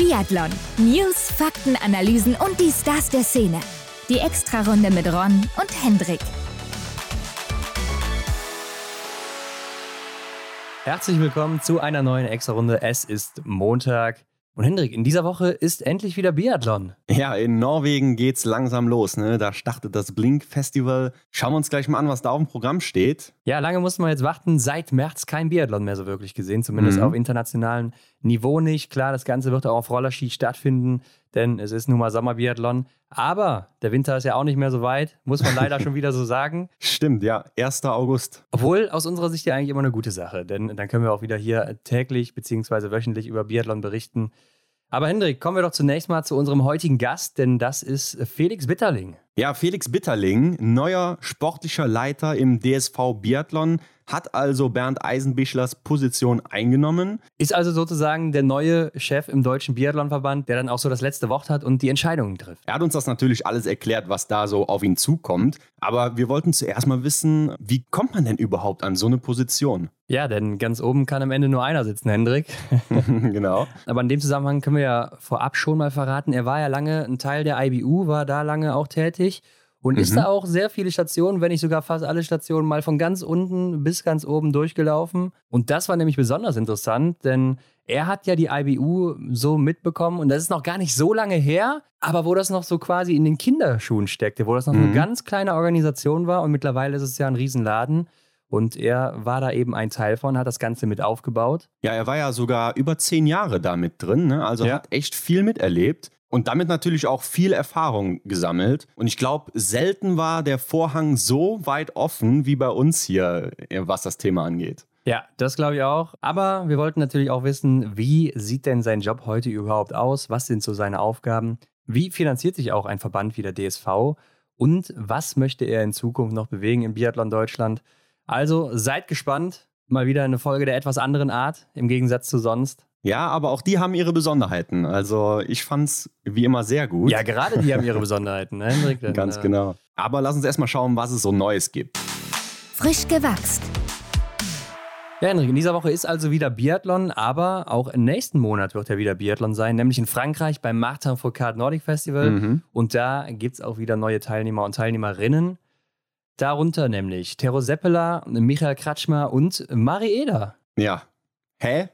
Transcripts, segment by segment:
Biathlon. News, Fakten, Analysen und die Stars der Szene. Die Extrarunde mit Ron und Hendrik. Herzlich willkommen zu einer neuen Extrarunde. Es ist Montag. Und Hendrik, in dieser Woche ist endlich wieder Biathlon. Ja, in Norwegen geht's langsam los, ne? Da startet das Blink-Festival. Schauen wir uns gleich mal an, was da auf dem Programm steht. Ja, lange mussten wir jetzt warten. Seit März kein Biathlon mehr so wirklich gesehen. Zumindest auf internationalem Niveau nicht. Klar, das Ganze wird auch auf Rollerski stattfinden, denn es ist nun mal Sommerbiathlon. Aber der Winter ist ja auch nicht mehr so weit, muss man leider schon wieder so sagen. Stimmt, ja, 1. August. Obwohl aus unserer Sicht ja eigentlich immer eine gute Sache, denn dann können wir auch wieder hier täglich bzw. wöchentlich über Biathlon berichten. Aber Hendrik, kommen wir doch zunächst mal zu unserem heutigen Gast, denn das ist Felix Bitterling. Ja, Felix Bitterling, neuer sportlicher Leiter im DSV Biathlon, hat also Bernd Eisenbichler's Position eingenommen. Ist also sozusagen der neue Chef im Deutschen Biathlonverband, der dann auch so das letzte Wort hat und die Entscheidungen trifft. Er hat uns das natürlich alles erklärt, was da so auf ihn zukommt. Aber wir wollten zuerst mal wissen, wie kommt man denn überhaupt an so eine Position? Ja, denn ganz oben kann am Ende nur einer sitzen, Hendrik. Genau. Aber in dem Zusammenhang können wir ja vorab schon mal verraten, er war ja lange ein Teil der IBU, war da lange auch tätig. Und ist da auch sehr viele Stationen, wenn nicht sogar fast alle Stationen, mal von ganz unten bis ganz oben durchgelaufen. Und das war nämlich besonders interessant, denn er hat ja die IBU so mitbekommen und das ist noch gar nicht so lange her, aber wo das noch so quasi in den Kinderschuhen steckte, wo das noch eine ganz kleine Organisation war und mittlerweile ist es ja ein Riesenladen. Und er war da eben ein Teil von, hat das Ganze mit aufgebaut. Ja, er war ja sogar über 10 Jahre da mit drin, ne? Also hat echt viel miterlebt. Und damit natürlich auch viel Erfahrung gesammelt. Und ich glaube, selten war der Vorhang so weit offen wie bei uns hier, was das Thema angeht. Ja, das glaube ich auch. Aber wir wollten natürlich auch wissen, wie sieht denn sein Job heute überhaupt aus? Was sind so seine Aufgaben? Wie finanziert sich auch ein Verband wie der DSV? Und was möchte er in Zukunft noch bewegen in Biathlon Deutschland? Also seid gespannt. Mal wieder eine Folge der etwas anderen Art, im Gegensatz zu sonst. Ja, aber auch die haben ihre Besonderheiten. Also ich fand's wie immer sehr gut. Ja, gerade die haben ihre Besonderheiten, ne, Hendrik? Denn, Ganz genau. Aber lass uns erstmal schauen, was es so Neues gibt. Frisch gewachst. Ja, Hendrik, in dieser Woche ist also wieder Biathlon, aber auch im nächsten Monat wird ja wieder Biathlon sein, nämlich in Frankreich beim Martin Fourcade Nordic Festival. Und da gibt es auch wieder neue Teilnehmer und Teilnehmerinnen. Darunter nämlich Tero Seppala, Michael Kretschmer und Marie Eder. Ja. Hä?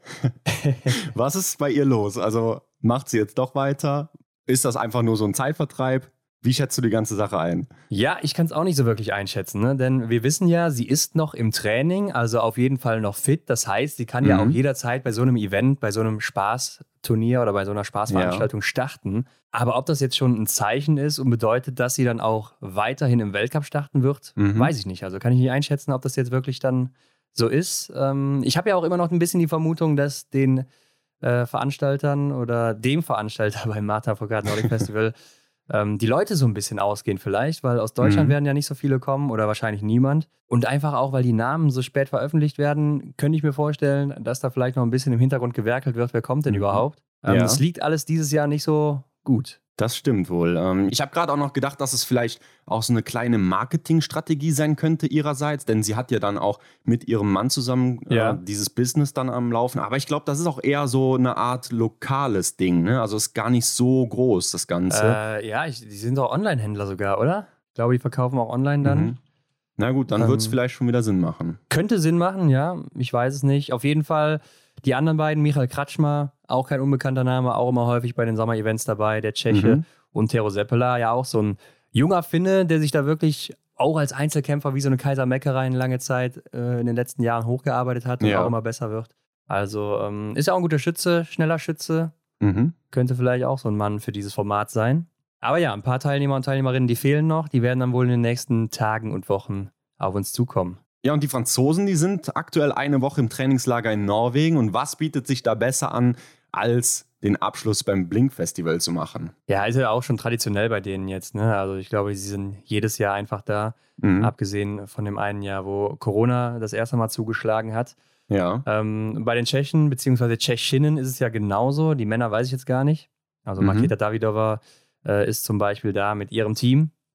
Was ist bei ihr los? Also macht sie jetzt doch weiter? Ist das einfach nur so ein Zeitvertreib? Wie schätzt du die ganze Sache ein? Ja, ich kann es auch nicht so wirklich einschätzen, ne? Denn wir wissen ja, sie ist noch im Training, also auf jeden Fall noch fit. Das heißt, sie kann ja auch jederzeit bei so einem Event, bei so einem Spaßturnier oder bei so einer Spaßveranstaltung starten. Aber ob das jetzt schon ein Zeichen ist und bedeutet, dass sie dann auch weiterhin im Weltcup starten wird, weiß ich nicht. Also kann ich nicht einschätzen, ob das jetzt wirklich dann so ist. Ich habe ja auch immer noch ein bisschen die Vermutung, dass den Veranstaltern oder dem Veranstalter beim Martin Fourcade Nordic Festival die Leute so ein bisschen ausgehen vielleicht, weil aus Deutschland werden ja nicht so viele kommen oder wahrscheinlich niemand. Und einfach auch, weil die Namen so spät veröffentlicht werden, könnte ich mir vorstellen, dass da vielleicht noch ein bisschen im Hintergrund gewerkelt wird, wer kommt denn überhaupt. Es liegt alles dieses Jahr nicht so gut. Das stimmt wohl. Ich habe gerade auch noch gedacht, dass es vielleicht auch so eine kleine Marketingstrategie sein könnte ihrerseits, denn sie hat ja dann auch mit ihrem Mann zusammen dieses Business dann am Laufen. Aber ich glaube, das ist auch eher so eine Art lokales Ding, ne? Also ist gar nicht so groß, das Ganze. Die sind doch Online-Händler sogar, oder? Ich glaube, die verkaufen auch online dann. Na gut, dann wird es vielleicht schon wieder Sinn machen. Könnte Sinn machen, ja. Ich weiß es nicht. Auf jeden Fall die anderen beiden, Michael Kretschmer, auch kein unbekannter Name, auch immer häufig bei den Sommer-Events dabei, der Tscheche. Und Tero Seppala, ja auch so ein junger Finne, der sich da wirklich auch als Einzelkämpfer wie so eine Kaiser Meckereien lange Zeit in den letzten Jahren hochgearbeitet hat und auch immer besser wird. Also ist ja auch ein guter Schütze, schneller Schütze. Könnte vielleicht auch so ein Mann für dieses Format sein. Aber ja, ein paar Teilnehmer und Teilnehmerinnen, die fehlen noch. Die werden dann wohl in den nächsten Tagen und Wochen auf uns zukommen. Ja, und die Franzosen, die sind aktuell eine Woche im Trainingslager in Norwegen. Und was bietet sich da besser an, als den Abschluss beim Blink-Festival zu machen? Ja, ist ja auch schon traditionell bei denen jetzt, ne? Also ich glaube, sie sind jedes Jahr einfach da, abgesehen von dem einen Jahr, wo Corona das erste Mal zugeschlagen hat. Ja. Bei den Tschechen bzw. Tschechinnen ist es ja genauso. Die Männer weiß ich jetzt gar nicht. Also Markéta Davidová ist zum Beispiel da mit ihrem Team.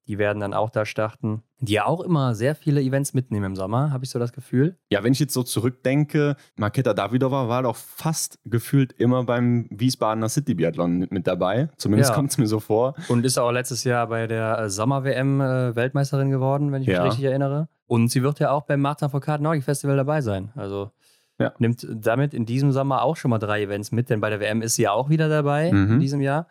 Die werden dann auch da starten. Die ja auch immer sehr viele Events mitnehmen im Sommer, habe ich so das Gefühl. Ja, wenn ich jetzt so zurückdenke, Marketa Davidova war doch fast gefühlt immer beim Wiesbadener City Biathlon mit dabei. Zumindest kommt es mir so vor. Und ist auch letztes Jahr bei der Sommer-WM Weltmeisterin geworden, wenn ich mich richtig erinnere. Und sie wird ja auch beim Martin Fourcade Nordic Festival dabei sein. Also nimmt damit in diesem Sommer auch schon mal 3 Events mit, denn bei der WM ist sie ja auch wieder dabei in diesem Jahr.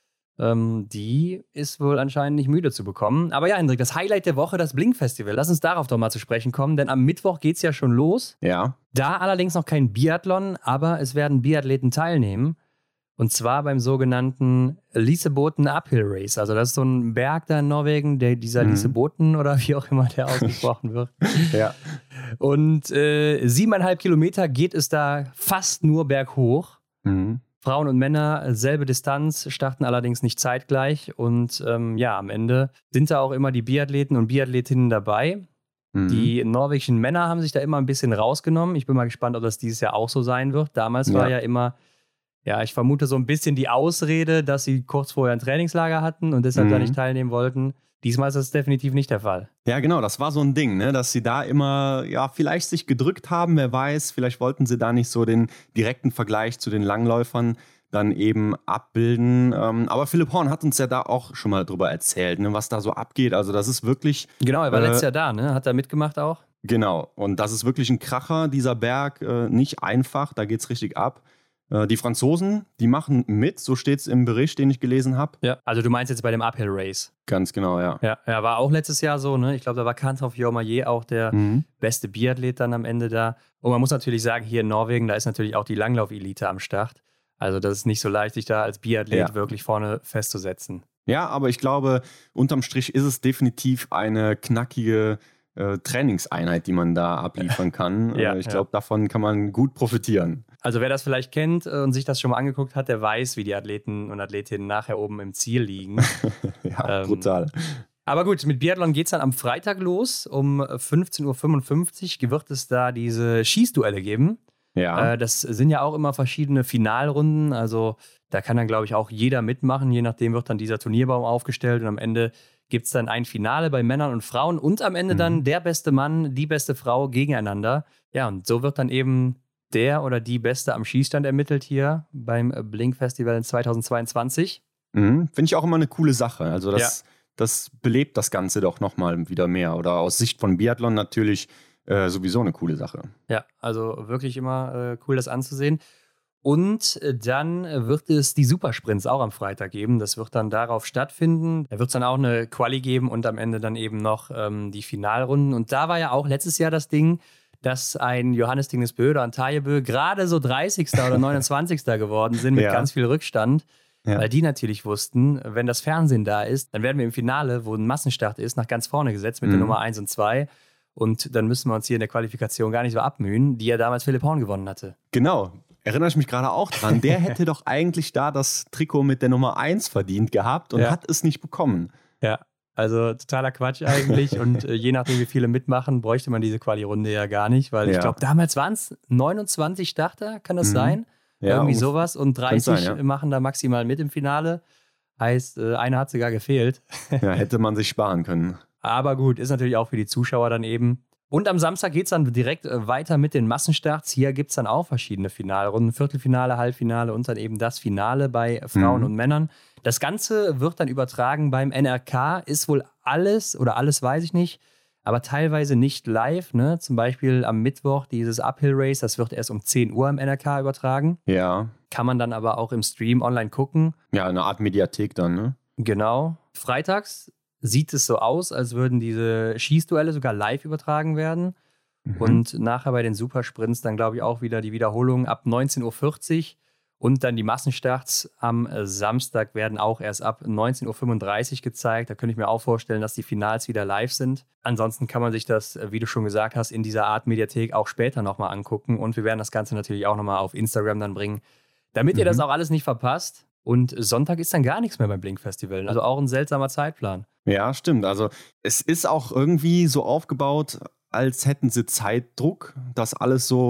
Die ist wohl anscheinend nicht müde zu bekommen. Aber ja, Hendrik, das Highlight der Woche, das Blink-Festival. Lass uns darauf doch mal zu sprechen kommen, denn am Mittwoch geht es ja schon los. Ja. Da allerdings noch kein Biathlon, aber es werden Biathleten teilnehmen. Und zwar beim sogenannten Lyseboten Uphill Race. Also das ist so ein Berg da in Norwegen, dieser Lyseboten oder wie auch immer der ausgesprochen wird. Ja. Und 7,5 Kilometer geht es da fast nur berghoch. Frauen und Männer, selbe Distanz, starten allerdings nicht zeitgleich. Und am Ende sind da auch immer die Biathleten und Biathletinnen dabei. Die norwegischen Männer haben sich da immer ein bisschen rausgenommen. Ich bin mal gespannt, ob das dieses Jahr auch so sein wird. Damals war ja immer, ich vermute so ein bisschen die Ausrede, dass sie kurz vorher ein Trainingslager hatten und deshalb da nicht teilnehmen wollten. Diesmal ist das definitiv nicht der Fall. Ja, genau, das war so ein Ding, ne? Dass sie da immer, vielleicht sich gedrückt haben, wer weiß, vielleicht wollten sie da nicht so den direkten Vergleich zu den Langläufern dann eben abbilden. Aber Philipp Horn hat uns ja da auch schon mal drüber erzählt, ne, was da so abgeht. Also das ist wirklich... Genau, er war letztes Jahr da, ne? Hat er mitgemacht auch? Genau, und das ist wirklich ein Kracher, dieser Berg, nicht einfach, da geht's richtig ab. Die Franzosen, die machen mit, so steht es im Bericht, den ich gelesen habe. Ja, also du meinst jetzt bei dem Uphill Race. Ganz genau, ja. Ja, war auch letztes Jahr so, ne? Ich glaube, da war Kanthoff Jormayer auch der beste Biathlet dann am Ende da. Und man muss natürlich sagen, hier in Norwegen, da ist natürlich auch die Langlauf-Elite am Start. Also das ist nicht so leicht, sich da als Biathlet wirklich vorne festzusetzen. Ja, aber ich glaube, unterm Strich ist es definitiv eine knackige Trainingseinheit, die man da abliefern kann. Ich glaube, davon kann man gut profitieren. Also wer das vielleicht kennt und sich das schon mal angeguckt hat, der weiß, wie die Athleten und Athletinnen nachher oben im Ziel liegen. Brutal. Aber gut, mit Biathlon geht es dann am Freitag los. Um 15.55 Uhr wird es da diese Schießduelle geben. Ja. Das sind ja auch immer verschiedene Finalrunden. Also da kann dann, glaube ich, auch jeder mitmachen. Je nachdem wird dann dieser Turnierbaum aufgestellt. Und am Ende gibt es dann ein Finale bei Männern und Frauen. Und am Ende dann der beste Mann, die beste Frau gegeneinander. Ja, und so wird dann eben der oder die Beste am Schießstand ermittelt hier beim Blink Festival in 2022. Finde ich auch immer eine coole Sache. Also das belebt das Ganze doch nochmal wieder mehr. Oder aus Sicht von Biathlon natürlich sowieso eine coole Sache. Ja, also wirklich immer cool, das anzusehen. Und dann wird es die Supersprints auch am Freitag geben. Das wird dann darauf stattfinden. Da wird es dann auch eine Quali geben und am Ende dann eben noch die Finalrunden. Und da war ja auch letztes Jahr das Ding, dass ein Johannes Tingnesbö oder ein Tajebö gerade so 30. oder 29. geworden sind mit ganz viel Rückstand. Ja. Weil die natürlich wussten, wenn das Fernsehen da ist, dann werden wir im Finale, wo ein Massenstart ist, nach ganz vorne gesetzt mit der Nummer 1 und 2. Und dann müssen wir uns hier in der Qualifikation gar nicht so abmühen, die ja damals Philipp Horn gewonnen hatte. Genau. Erinnere ich mich gerade auch dran. Der hätte doch eigentlich da das Trikot mit der Nummer 1 verdient gehabt und hat es nicht bekommen. Ja, also totaler Quatsch eigentlich. Und je nachdem, wie viele mitmachen, bräuchte man diese Quali-Runde ja gar nicht. Weil ich glaube, damals waren es 29 Starter, kann das sein? Ja, irgendwie sowas. Und 30 machen da maximal mit im Finale. Heißt, einer hat sogar gefehlt. Ja, hätte man sich sparen können. Aber gut, ist natürlich auch für die Zuschauer dann eben. Und am Samstag geht es dann direkt weiter mit den Massenstarts. Hier gibt es dann auch verschiedene Finalrunden. Viertelfinale, Halbfinale und dann eben das Finale bei Frauen und Männern. Das Ganze wird dann übertragen beim NRK. Ist wohl alles, oder alles weiß ich nicht, aber teilweise nicht live. Ne? Zum Beispiel am Mittwoch dieses Uphill Race, das wird erst um 10 Uhr im NRK übertragen. Ja. Kann man dann aber auch im Stream online gucken. Ja, eine Art Mediathek dann, ne? Genau. Freitags sieht es so aus, als würden diese Schießduelle sogar live übertragen werden. Und nachher bei den Supersprints dann, glaube ich, auch wieder die Wiederholung ab 19.40 Uhr. Und dann die Massenstarts am Samstag werden auch erst ab 19.35 Uhr gezeigt. Da könnte ich mir auch vorstellen, dass die Finals wieder live sind. Ansonsten kann man sich das, wie du schon gesagt hast, in dieser Art Mediathek auch später nochmal angucken. Und wir werden das Ganze natürlich auch nochmal auf Instagram dann bringen, damit ihr das auch alles nicht verpasst. Und Sonntag ist dann gar nichts mehr beim Blink Festival. Also auch ein seltsamer Zeitplan. Ja, stimmt. Also es ist auch irgendwie so aufgebaut, als hätten sie Zeitdruck, das alles so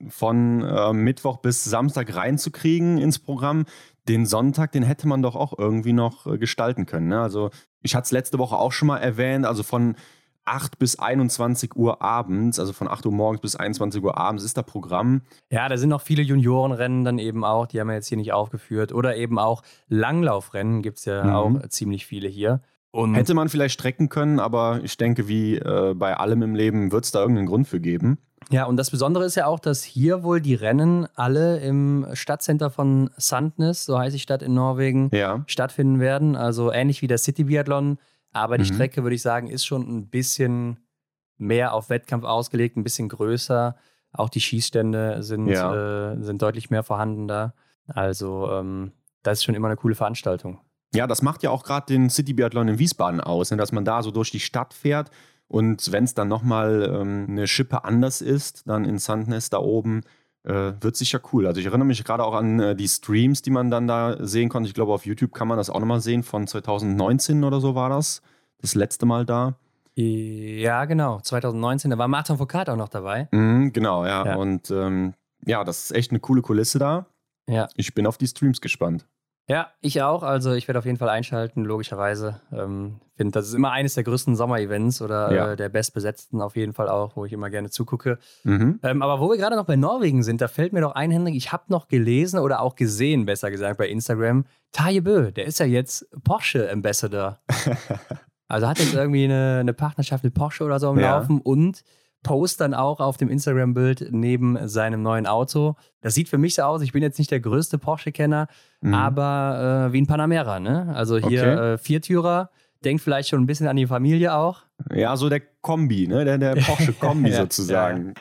von Mittwoch bis Samstag reinzukriegen ins Programm. Den Sonntag, den hätte man doch auch irgendwie noch gestalten können. Ne? Also ich hatte es letzte Woche auch schon mal erwähnt, also von 8 bis 21 Uhr abends, also von 8 Uhr morgens bis 21 Uhr abends ist da Programm. Ja, da sind noch viele Juniorenrennen dann eben auch, die haben wir jetzt hier nicht aufgeführt. Oder eben auch Langlaufrennen gibt es ja auch ziemlich viele hier. Und hätte man vielleicht strecken können, aber ich denke, wie bei allem im Leben wird es da irgendeinen Grund für geben. Ja, und das Besondere ist ja auch, dass hier wohl die Rennen alle im Stadtcenter von Sandnes, so heißt die Stadt in Norwegen, stattfinden werden. Also ähnlich wie der City Biathlon. Aber die Strecke, würde ich sagen, ist schon ein bisschen mehr auf Wettkampf ausgelegt, ein bisschen größer. Auch die Schießstände sind deutlich mehr vorhanden da. Also das ist schon immer eine coole Veranstaltung. Ja, das macht ja auch gerade den City Biathlon in Wiesbaden aus, ne, dass man da so durch die Stadt fährt. Und wenn es dann nochmal eine Schippe anders ist, dann in Sandnes da oben, wird sicher cool. Also ich erinnere mich gerade auch an die Streams, die man dann da sehen konnte. Ich glaube, auf YouTube kann man das auch nochmal sehen. Von 2019 oder so war das letzte Mal da. Ja, genau. 2019, da war Martin Foucault auch noch dabei. Genau, ja. Und das ist echt eine coole Kulisse da. Ja. Ich bin auf die Streams gespannt. Ja, ich auch. Also ich werde auf jeden Fall einschalten, logischerweise. Finde, das ist immer eines der größten Sommer-Events oder der bestbesetzten auf jeden Fall auch, wo ich immer gerne zugucke. Aber wo wir gerade noch bei Norwegen sind, da fällt mir doch ein, Henrik, ich habe noch gelesen oder auch gesehen, besser gesagt, bei Instagram, Tarjei Bø, der ist ja jetzt Porsche-Ambassador. Also hat jetzt irgendwie eine Partnerschaft mit Porsche oder so am Laufen und post dann auch auf dem Instagram-Bild neben seinem neuen Auto. Das sieht für mich so aus, ich bin jetzt nicht der größte Porsche-Kenner, aber wie ein Panamera, ne? Also hier Viertürer, denkt vielleicht schon ein bisschen an die Familie auch. Ja, so der Kombi, ne? Der Porsche-Kombi sozusagen.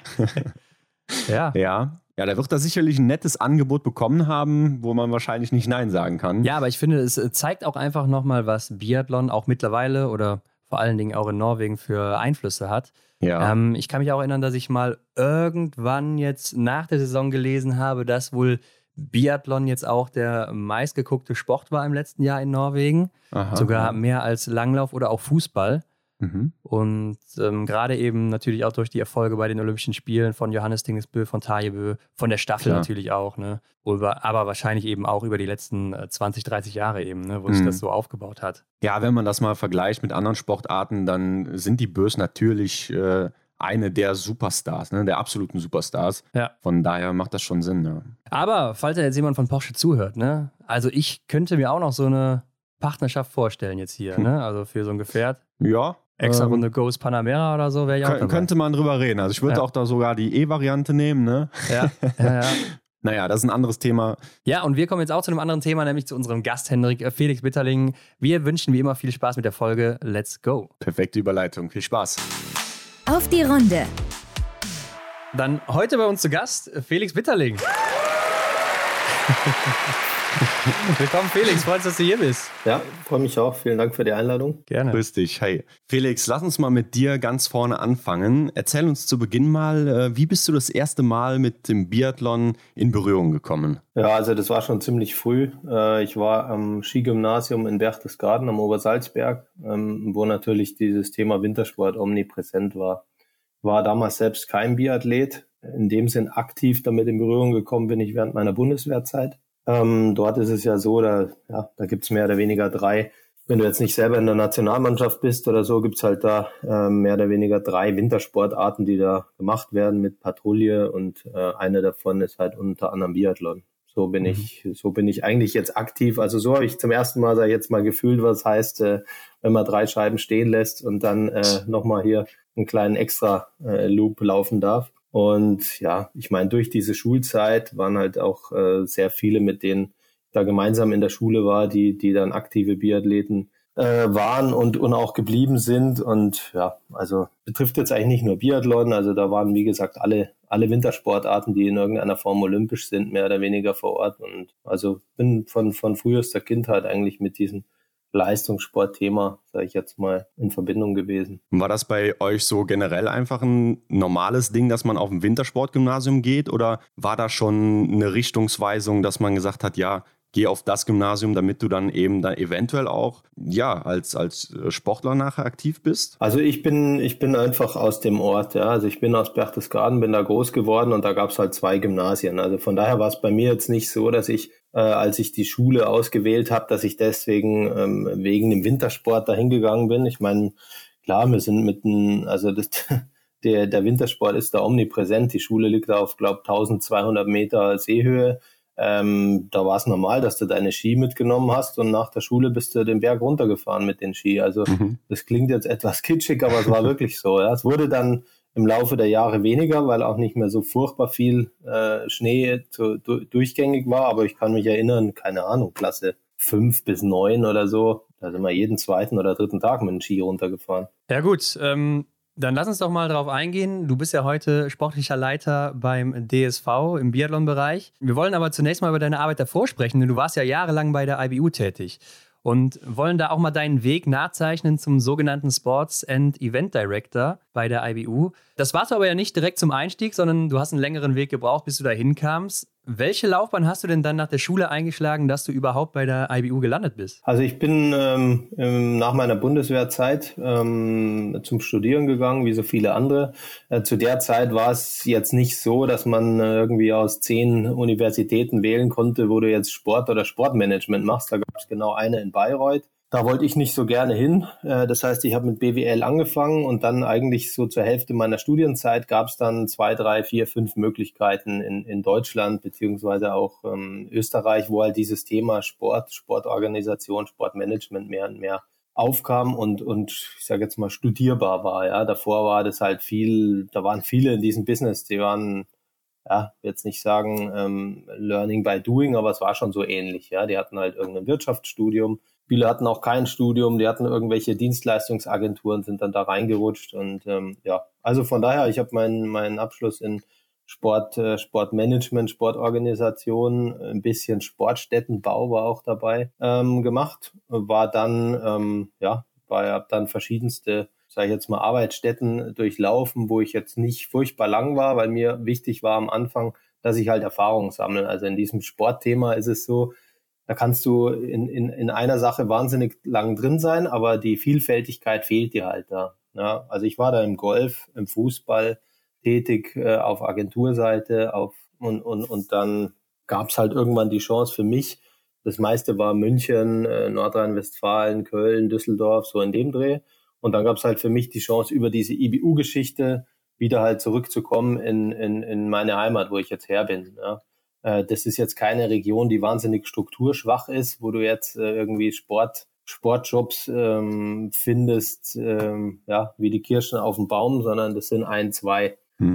Ja, der wird da sicherlich ein nettes Angebot bekommen haben, wo man wahrscheinlich nicht Nein sagen kann. Ja, aber ich finde, es zeigt auch einfach nochmal, was Biathlon auch mittlerweile oder vor allen Dingen auch in Norwegen für Einflüsse hat. Ja. Ich kann mich auch erinnern, dass ich mal irgendwann jetzt nach der Saison gelesen habe, dass wohl Biathlon jetzt auch der meistgeguckte Sport war im letzten Jahr in Norwegen. Sogar mehr als Langlauf oder auch Fußball. Und gerade eben natürlich auch durch die Erfolge bei den Olympischen Spielen von Johannes Dingesbø, von Tarjei Bø, von der Staffel natürlich auch, ne? Aber wahrscheinlich eben auch über die letzten 20, 30 Jahre eben, ne? Wo sich das so aufgebaut hat. Ja, wenn man das mal vergleicht mit anderen Sportarten, dann sind die Bös natürlich eine der Superstars, ne? Der absoluten Superstars. Ja. Von daher macht das schon Sinn. Ja. Aber falls jetzt jemand von Porsche zuhört, ne? Also ich könnte mir auch noch so eine Partnerschaft vorstellen jetzt hier, ne? Also für so ein Gefährt. Ja. Extra Runde Ghost Panamera oder so wäre ja auch dabei. Könnte man drüber reden. Also ich würde auch da sogar die E-Variante nehmen, ne? Ja. Naja, das ist ein anderes Thema. Ja, und wir kommen jetzt auch zu einem anderen Thema, nämlich zu unserem Gast Henrik Felix Bitterling. Wir wünschen wie immer viel Spaß mit der Folge. Let's go. Perfekte Überleitung. Viel Spaß. Auf die Runde. Dann heute bei uns zu Gast Felix Bitterling. Willkommen Felix, freut uns, dass du hier bist. Ja, freue mich auch. Vielen Dank für die Einladung. Gerne. Grüß dich. Hey. Felix, lass uns mal mit dir ganz vorne anfangen. Erzähl uns zu Beginn mal, wie bist du das erste Mal mit dem Biathlon in Berührung gekommen? Ja, also das war schon ziemlich früh. Ich war am Skigymnasium in Berchtesgaden am Obersalzberg, wo natürlich dieses Thema Wintersport omnipräsent war. War damals selbst kein Biathlet. In dem Sinn aktiv damit in Berührung gekommen bin ich während meiner Bundeswehrzeit. Dort ist es ja so, da gibt es mehr oder weniger 3, wenn du jetzt nicht selber in der Nationalmannschaft bist oder so, gibt es halt da mehr oder weniger 3 Wintersportarten, die da gemacht werden mit Patrouille und eine davon ist halt unter anderem Biathlon. So bin ich eigentlich jetzt aktiv. Also so habe ich zum ersten Mal, sag ich jetzt mal, gefühlt, was heißt, wenn man 3 Scheiben stehen lässt und dann nochmal hier einen kleinen extra Loop laufen darf. Und ja, ich meine, durch diese Schulzeit waren halt auch sehr viele, mit denen ich da gemeinsam in der Schule war, die dann aktive Biathleten waren und auch geblieben sind. Und ja, also betrifft jetzt eigentlich nicht nur Biathlon, also da waren, wie gesagt, alle Wintersportarten, die in irgendeiner Form olympisch sind, mehr oder weniger vor Ort. Und also bin von frühester Kindheit eigentlich mit diesem Leistungssportthema, sage ich jetzt mal, in Verbindung gewesen. War das bei euch so generell einfach ein normales Ding, dass man auf ein Wintersportgymnasium geht, oder war da schon eine Richtungsweisung, dass man gesagt hat, ja, geh auf das Gymnasium, damit du dann eben da eventuell auch als Sportler nachher aktiv bist? Also ich bin einfach aus dem Ort, ja. Also ich bin aus Berchtesgaden, bin da groß geworden und da gab es halt 2 Gymnasien. Also von daher war es bei mir jetzt nicht so, dass ich, als ich die Schule ausgewählt habe, dass ich deswegen wegen dem Wintersport da hingegangen bin. Ich meine, klar, wir sind der Wintersport ist da omnipräsent. Die Schule liegt da auf, glaube 1200 Meter Seehöhe. Da war es normal, dass du deine Ski mitgenommen hast und nach der Schule bist du den Berg runtergefahren mit den Ski. Also das klingt jetzt etwas kitschig, aber es war wirklich so. Ja. Es wurde dann im Laufe der Jahre weniger, weil auch nicht mehr so furchtbar viel Schnee durchgängig war. Aber ich kann mich erinnern, keine Ahnung, Klasse 5 bis 9 oder so, da sind wir jeden 2. oder 3. Tag mit dem Ski runtergefahren. Ja gut, dann lass uns doch mal drauf eingehen. Du bist ja heute sportlicher Leiter beim DSV im Biathlon-Bereich. Wir wollen aber zunächst mal über deine Arbeit davor sprechen, denn du warst ja jahrelang bei der IBU tätig und wollen da auch mal deinen Weg nachzeichnen zum sogenannten Sports and Event Director bei der IBU. Das warst du aber ja nicht direkt zum Einstieg, sondern du hast einen längeren Weg gebraucht, bis du da hinkamst. Welche Laufbahn hast du denn dann nach der Schule eingeschlagen, dass du überhaupt bei der IBU gelandet bist? Also ich bin nach meiner Bundeswehrzeit zum Studieren gegangen, wie so viele andere. Zu der Zeit war es jetzt nicht so, dass man irgendwie aus 10 Universitäten wählen konnte, wo du jetzt Sport oder Sportmanagement machst. Da gab es genau eine in Bayreuth. Da wollte ich nicht so gerne hin. Das heißt, ich habe mit BWL angefangen und dann eigentlich so zur Hälfte meiner Studienzeit gab es dann 2, 3, 4, 5 Möglichkeiten in Deutschland beziehungsweise auch Österreich, wo halt dieses Thema Sport, Sportorganisation, Sportmanagement mehr und mehr aufkam und ich sage jetzt mal studierbar war. Ja, davor war das halt da waren viele in diesem Business, die waren jetzt nicht sagen Learning by Doing, aber es war schon so ähnlich. Ja, die hatten halt irgendein Wirtschaftsstudium. Viele hatten auch kein Studium, die hatten irgendwelche Dienstleistungsagenturen, sind dann da reingerutscht und also von daher, ich habe meinen Abschluss in Sportmanagement, Sportorganisation, ein bisschen Sportstättenbau war auch dabei gemacht, war dann habe dann verschiedenste, sage ich jetzt mal, Arbeitsstätten durchlaufen, wo ich jetzt nicht furchtbar lang war, weil mir wichtig war am Anfang, dass ich halt Erfahrung sammle. Also in diesem Sportthema ist es so, da kannst du in einer Sache wahnsinnig lang drin sein, aber die Vielfältigkeit fehlt dir halt da. Ja, also ich war da im Golf, im Fußball tätig, auf Agenturseite, und dann gab es halt irgendwann die Chance für mich. Das meiste war München, Nordrhein-Westfalen, Köln, Düsseldorf, so in dem Dreh. Und dann gab es halt für mich die Chance, über diese IBU-Geschichte wieder halt zurückzukommen in meine Heimat, wo ich jetzt her bin. Ja. Das ist jetzt keine Region, die wahnsinnig strukturschwach ist, wo du jetzt irgendwie Sportjobs findest, wie die Kirschen auf dem Baum, sondern das sind 1, 2.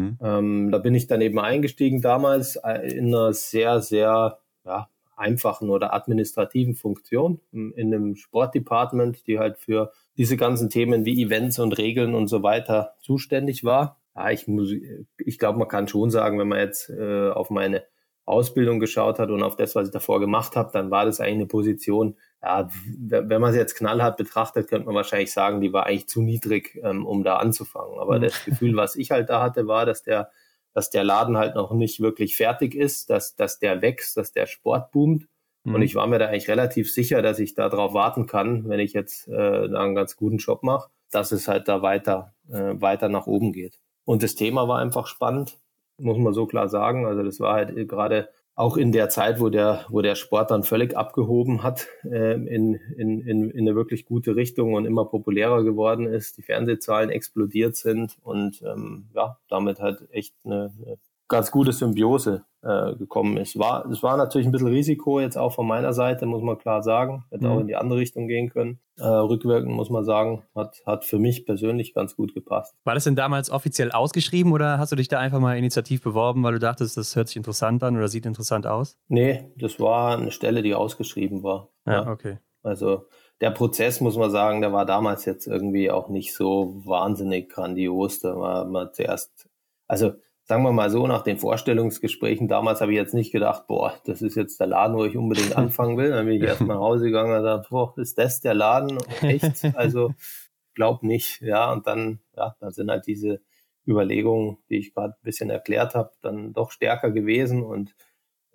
Da bin ich dann eben eingestiegen damals in einer sehr, sehr einfachen oder administrativen Funktion in einem Sportdepartment, die halt für diese ganzen Themen wie Events und Regeln und so weiter zuständig war. Ja, ich glaube, man kann schon sagen, wenn man jetzt auf meine Ausbildung geschaut hat und auf das, was ich davor gemacht habe, dann war das eigentlich eine Position, wenn man es jetzt knallhart betrachtet, könnte man wahrscheinlich sagen, die war eigentlich zu niedrig, um da anzufangen. Aber das Gefühl, was ich halt da hatte, war, dass der Laden halt noch nicht wirklich fertig ist, dass der wächst, dass der Sport boomt. Und ich war mir da eigentlich relativ sicher, dass ich da drauf warten kann, wenn ich jetzt da einen ganz guten Job mache, dass es halt da weiter nach oben geht. Und das Thema war einfach spannend, muss man so klar sagen. Also das war halt gerade auch in der Zeit, wo der Sport dann völlig abgehoben hat, in eine wirklich gute Richtung und immer populärer geworden ist, die Fernsehzahlen explodiert sind und damit halt echt eine ganz gute Symbiose gekommen ist. Es war natürlich ein bisschen Risiko jetzt auch von meiner Seite, muss man klar sagen. Hätte auch in die andere Richtung gehen können. Rückwirkend muss man sagen, hat für mich persönlich ganz gut gepasst. War das denn damals offiziell ausgeschrieben oder hast du dich da einfach mal initiativ beworben, weil du dachtest, das hört sich interessant an oder sieht interessant aus? Nee, das war eine Stelle, die ausgeschrieben war. Ja, okay. Also der Prozess, muss man sagen, der war damals jetzt irgendwie auch nicht so wahnsinnig grandios. Da war man zuerst, also sagen wir mal so, nach den Vorstellungsgesprächen damals habe ich jetzt nicht gedacht, das ist jetzt der Laden, wo ich unbedingt anfangen will. Dann bin ich erstmal nach Hause gegangen und gesagt, ist das der Laden? Echt? Also, glaub nicht. Ja, und dann sind halt diese Überlegungen, die ich gerade ein bisschen erklärt habe, dann doch stärker gewesen und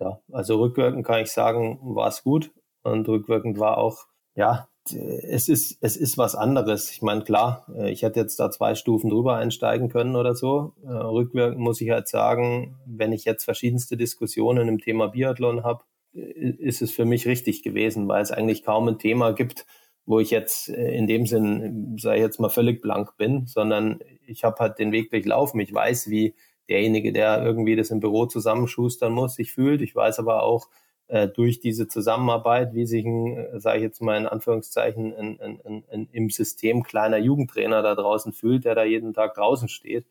Ja, also rückwirkend kann ich sagen, war es gut. Und rückwirkend war auch, ja, es ist was anderes. Ich meine, klar, ich hätte jetzt da 2 Stufen drüber einsteigen können oder so. Rückwirkend muss ich halt sagen, wenn ich jetzt verschiedenste Diskussionen im Thema Biathlon habe, ist es für mich richtig gewesen, weil es eigentlich kaum ein Thema gibt, wo ich jetzt in dem Sinn, sage ich jetzt mal, völlig blank bin, sondern ich habe halt den Weg durchlaufen. Ich weiß, wie derjenige, der irgendwie das im Büro zusammenschustern muss, sich fühlt. Ich weiß aber auch durch diese Zusammenarbeit, wie sich sage ich jetzt mal in Anführungszeichen, im System kleiner Jugendtrainer da draußen fühlt, der da jeden Tag draußen steht.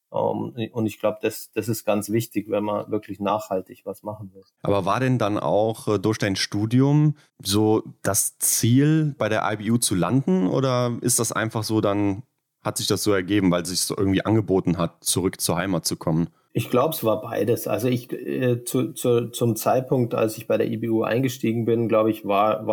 Und ich glaube, das ist ganz wichtig, wenn man wirklich nachhaltig was machen will. Aber war denn dann auch durch dein Studium so das Ziel, bei der IBU zu landen? Oder ist das einfach so, dann hat sich das so ergeben, weil es sich so irgendwie angeboten hat, zurück zur Heimat zu kommen? Ich glaube, es war beides. Also ich zum Zeitpunkt, als ich bei der IBU eingestiegen bin, glaube ich,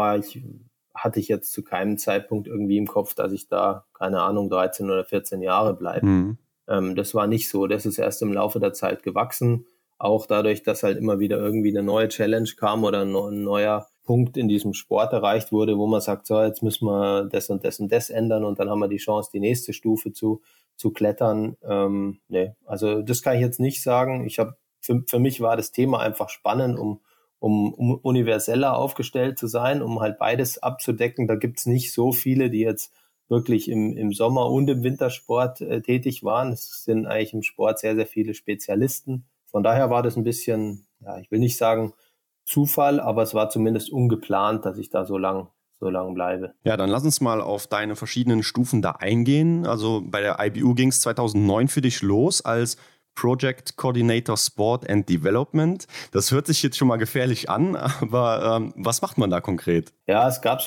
hatte ich jetzt zu keinem Zeitpunkt irgendwie im Kopf, dass ich da, keine Ahnung, 13 oder 14 Jahre bleibe. Mhm. Das war nicht so. Das ist erst im Laufe der Zeit gewachsen. Auch dadurch, dass halt immer wieder irgendwie eine neue Challenge kam oder ein neuer Punkt in diesem Sport erreicht wurde, wo man sagt, so, jetzt müssen wir das und das und das ändern und dann haben wir die Chance, die nächste Stufe zu klettern. Nee, also das kann ich jetzt nicht sagen. Für mich war das Thema einfach spannend, um universeller aufgestellt zu sein, um halt beides abzudecken. Da gibt's nicht so viele, die jetzt wirklich im Sommer und im Wintersport tätig waren. Es sind eigentlich im Sport sehr, sehr viele Spezialisten. Von daher war das ein bisschen, ja, ich will nicht sagen Zufall, aber es war zumindest ungeplant, dass ich da so lang bleibe. Ja, dann lass uns mal auf deine verschiedenen Stufen da eingehen. Also bei der IBU ging es 2009 für dich los als Project Coordinator Sport and Development. Das hört sich jetzt schon mal gefährlich an, aber was macht man da konkret? Ja,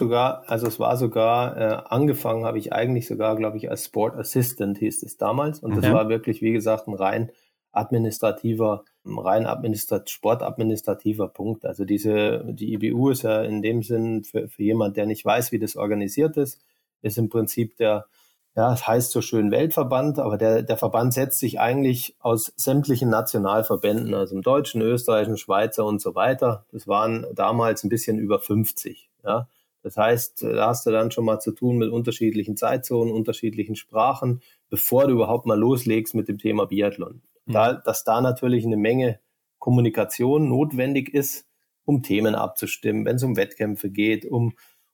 angefangen habe ich eigentlich sogar, glaube ich, als Sport Assistant hieß es damals. Und das war wirklich, wie gesagt, ein rein sportadministrativer Punkt. Also die IBU ist ja in dem Sinn für jemand, der nicht weiß, wie das organisiert ist im Prinzip es heißt so schön Weltverband, aber der Verband setzt sich eigentlich aus sämtlichen Nationalverbänden, also im Deutschen, Österreichischen, Schweizer und so weiter. Das waren damals ein bisschen über 50, ja. Das heißt, da hast du dann schon mal zu tun mit unterschiedlichen Zeitzonen, unterschiedlichen Sprachen, bevor du überhaupt mal loslegst mit dem Thema Biathlon. Dass da natürlich eine Menge Kommunikation notwendig ist, um Themen abzustimmen, wenn es um Wettkämpfe geht, um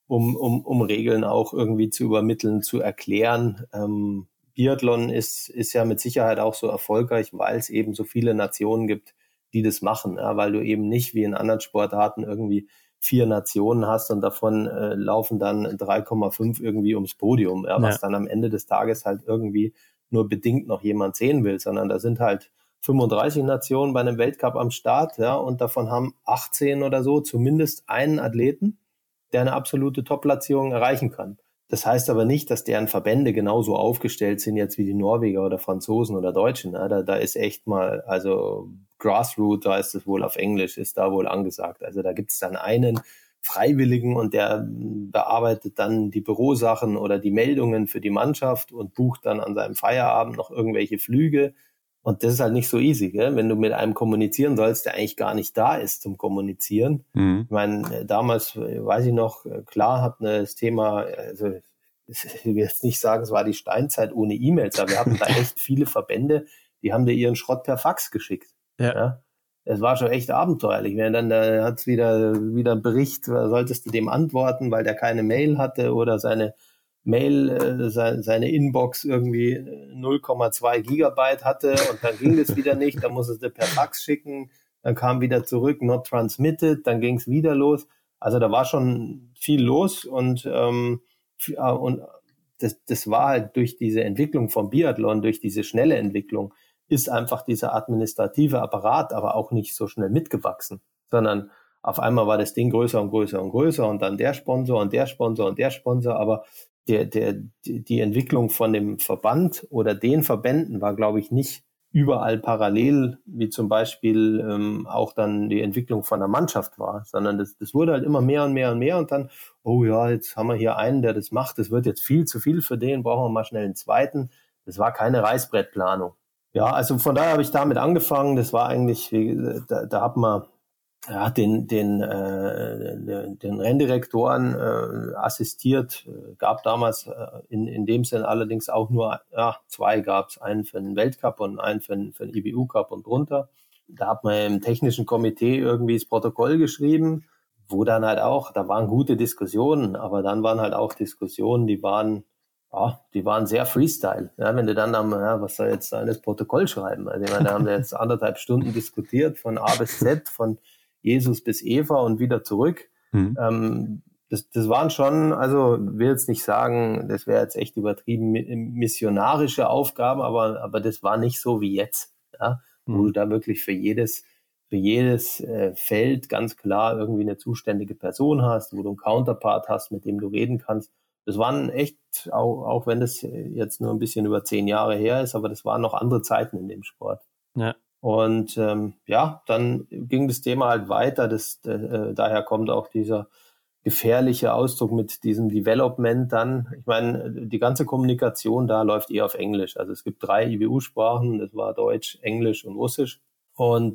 Regeln auch irgendwie zu übermitteln, zu erklären. Biathlon ist ja mit Sicherheit auch so erfolgreich, weil es eben so viele Nationen gibt, die das machen, ja, weil du eben nicht wie in anderen Sportarten irgendwie 4 Nationen hast und davon laufen dann 3,5 irgendwie ums Podium, was dann am Ende des Tages halt irgendwie nur bedingt noch jemand sehen will, sondern da sind halt 35 Nationen bei einem Weltcup am Start, ja, und davon haben 18 oder so zumindest einen Athleten, der eine absolute Top-Platzierung erreichen kann. Das heißt aber nicht, dass deren Verbände genauso aufgestellt sind jetzt wie die Norweger oder Franzosen oder Deutschen. Ja, da ist echt mal, also Grassroot, da ist es wohl auf Englisch, ist da wohl angesagt. Also da gibt es dann einen Freiwilligen und der bearbeitet dann die Bürosachen oder die Meldungen für die Mannschaft und bucht dann an seinem Feierabend noch irgendwelche Flüge. Und das ist halt nicht so easy, gell? Wenn du mit einem kommunizieren sollst, der eigentlich gar nicht da ist zum Kommunizieren. Mhm. Ich meine, damals, weiß ich noch, klar hat das Thema, also ich will jetzt nicht sagen, es war die Steinzeit ohne E-Mails, aber wir hatten da echt viele Verbände, die haben dir ihren Schrott per Fax geschickt. Ja. Es war schon echt abenteuerlich. Wenn dann da hat's wieder einen Bericht, solltest du dem antworten, weil der keine Mail hatte oder seine Mail, seine Inbox irgendwie 0,2 Gigabyte hatte und dann ging das wieder nicht, dann musstest du per Fax schicken, dann kam wieder zurück, not transmitted, dann ging es wieder los. Also da war schon viel los und das war halt durch diese Entwicklung vom Biathlon, durch diese schnelle Entwicklung, ist einfach dieser administrative Apparat aber auch nicht so schnell mitgewachsen, sondern auf einmal war das Ding größer und größer und größer und dann der Sponsor und der Sponsor und der Sponsor, aber die Entwicklung von dem Verband oder den Verbänden war, glaube ich, nicht überall parallel, wie zum Beispiel auch dann die Entwicklung von der Mannschaft war, sondern das wurde halt immer mehr und mehr und mehr und dann, oh ja, jetzt haben wir hier einen, der das macht, das wird jetzt viel zu viel für den, brauchen wir mal schnell einen zweiten. Das war keine Reißbrettplanung. Ja, also von daher habe ich damit angefangen, das war eigentlich, da hat man den Renndirektoren assistiert. Gab damals in dem Sinn allerdings auch nur 2 gab es, einen für den Weltcup und einen für den IBU Cup und drunter. Da hat man im technischen Komitee irgendwie das Protokoll geschrieben, wo dann halt auch, da waren gute Diskussionen, aber dann waren halt auch Diskussionen, die waren sehr Freestyle. Ja, wenn du dann was soll jetzt da das Protokoll schreiben? Also ich meine, da haben wir jetzt 1,5 Stunden diskutiert, von A bis Z, von Jesus bis Eva und wieder zurück. Das waren schon, also will jetzt nicht sagen, das wäre jetzt echt übertrieben missionarische Aufgaben, aber das war nicht so wie jetzt, ja, wo du da wirklich für jedes Feld ganz klar irgendwie eine zuständige Person hast, wo du einen Counterpart hast, mit dem du reden kannst. Das waren echt, auch wenn das jetzt nur ein bisschen über 10 Jahre her ist, aber das waren noch andere Zeiten in dem Sport. Ja. Und dann ging das Thema halt weiter. Daher kommt auch dieser gefährliche Ausdruck mit diesem Development dann. Ich meine, die ganze Kommunikation da läuft eher auf Englisch. Also es gibt 3 IBU-Sprachen, das war Deutsch, Englisch und Russisch. Und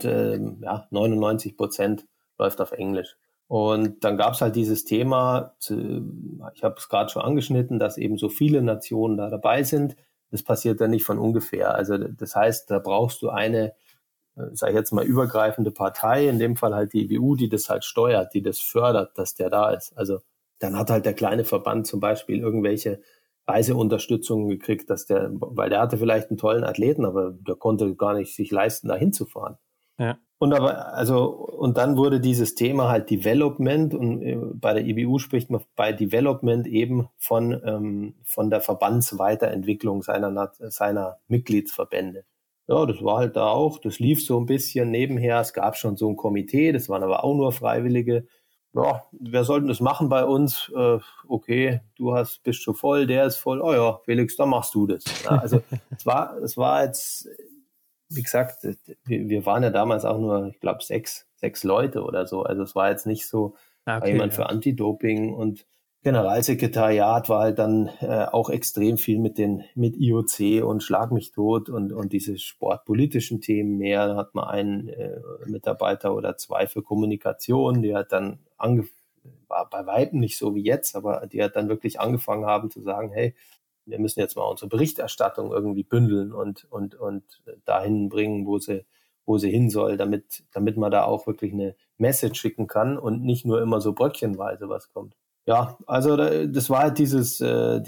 99% läuft auf Englisch. Und dann gab es halt dieses Thema, ich habe es gerade schon angeschnitten, dass eben so viele Nationen da dabei sind. Das passiert dann nicht von ungefähr. Also das heißt, da brauchst du eine, sag ich jetzt mal, übergreifende Partei, in dem Fall halt die IBU, die das halt steuert, die das fördert, dass der da ist. Also dann hat halt der kleine Verband zum Beispiel irgendwelche Reiseunterstützungen gekriegt, weil der hatte vielleicht einen tollen Athleten, aber der konnte gar nicht sich leisten, da hinzufahren. Ja. Und dann wurde dieses Thema halt Development, und bei der IBU spricht man bei Development eben von der Verbandsweiterentwicklung seiner Mitgliedsverbände. Ja, das war halt da auch, das lief so ein bisschen nebenher, es gab schon so ein Komitee, das waren aber auch nur Freiwillige. Ja, wer soll denn das machen bei uns? Okay, bist schon voll, der ist voll, oh ja, Felix, dann machst du das. Ja, also es war jetzt, wie gesagt, wir waren ja damals auch nur, ich glaube, 6 Leute oder so. Also es war jetzt nicht so, jemand für Anti-Doping, und Generalsekretariat war halt dann auch extrem viel mit IOC und Schlag mich tot und diese sportpolitischen Themen mehr. Da hat man einen Mitarbeiter oder 2 für Kommunikation, die hat dann war bei Weitem nicht so wie jetzt, aber die hat dann wirklich angefangen haben zu sagen, hey, wir müssen jetzt mal unsere Berichterstattung irgendwie bündeln und dahin bringen, wo sie hin soll, damit man da auch wirklich eine Message schicken kann und nicht nur immer so bröckchenweise was kommt. Ja, also das war halt diese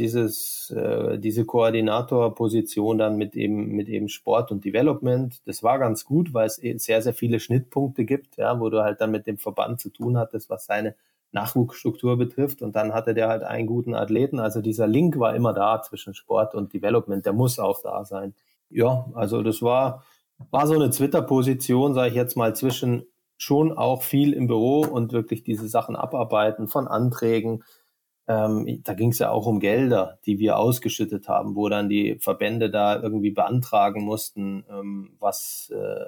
Koordinatorposition dann mit eben Sport und Development. Das war ganz gut, weil es sehr, sehr viele Schnittpunkte gibt, ja, wo du halt dann mit dem Verband zu tun hattest, was seine Nachwuchsstruktur betrifft, und dann hatte der halt einen guten Athleten. Also dieser Link war immer da zwischen Sport und Development, der muss auch da sein. Ja, also das war so eine Twitter-Position, sage ich jetzt mal, zwischen schon auch viel im Büro und wirklich diese Sachen abarbeiten von Anträgen. Da ging es ja auch um Gelder, die wir ausgeschüttet haben, wo dann die Verbände da irgendwie beantragen mussten, was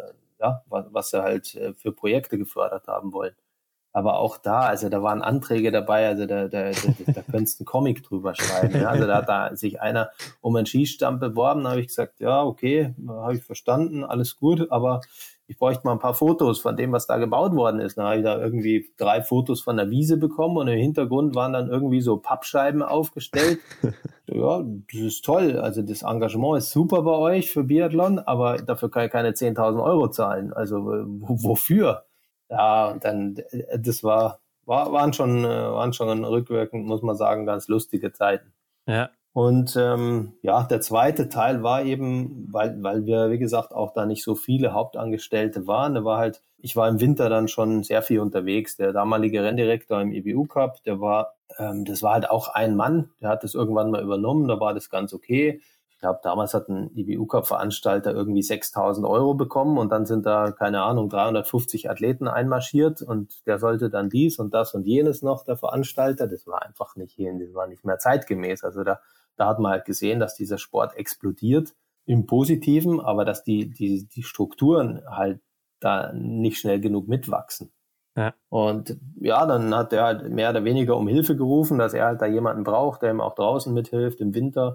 sie halt für Projekte gefördert haben wollen. Aber auch da waren Anträge dabei, also da könntest du einen Comic drüber schreiben. Ja? Also da hat da sich einer um einen Schießstand beworben, da habe ich gesagt, ja, okay, habe ich verstanden, alles gut, aber ich bräuchte mal ein paar Fotos von dem, was da gebaut worden ist. Dann habe ich da irgendwie 3 Fotos von der Wiese bekommen, und im Hintergrund waren dann irgendwie so Pappscheiben aufgestellt. Ja, das ist toll. Also das Engagement ist super bei euch für Biathlon, aber dafür kann ich keine 10.000 Euro zahlen. Also wofür? Ja, und dann, das waren schon rückwirkend, muss man sagen, ganz lustige Zeiten. Ja. Und der zweite Teil war eben, weil wir, wie gesagt, auch da nicht so viele Hauptangestellte waren. Ich war im Winter dann schon sehr viel unterwegs. Der damalige Renndirektor im IBU Cup, das war halt auch ein Mann, der hat das irgendwann mal übernommen, da war das ganz okay. Ich glaube, damals hat ein IBU-Cup-Veranstalter irgendwie 6.000 Euro bekommen, und dann sind da, keine Ahnung, 350 Athleten einmarschiert, und der sollte dann dies und das und jenes noch, der Veranstalter. Das war einfach nicht mehr zeitgemäß. Also da hat man halt gesehen, dass dieser Sport explodiert im Positiven, aber dass die Strukturen halt da nicht schnell genug mitwachsen. Ja. Und ja, dann hat er halt mehr oder weniger um Hilfe gerufen, dass er halt da jemanden braucht, der ihm auch draußen mithilft im Winter.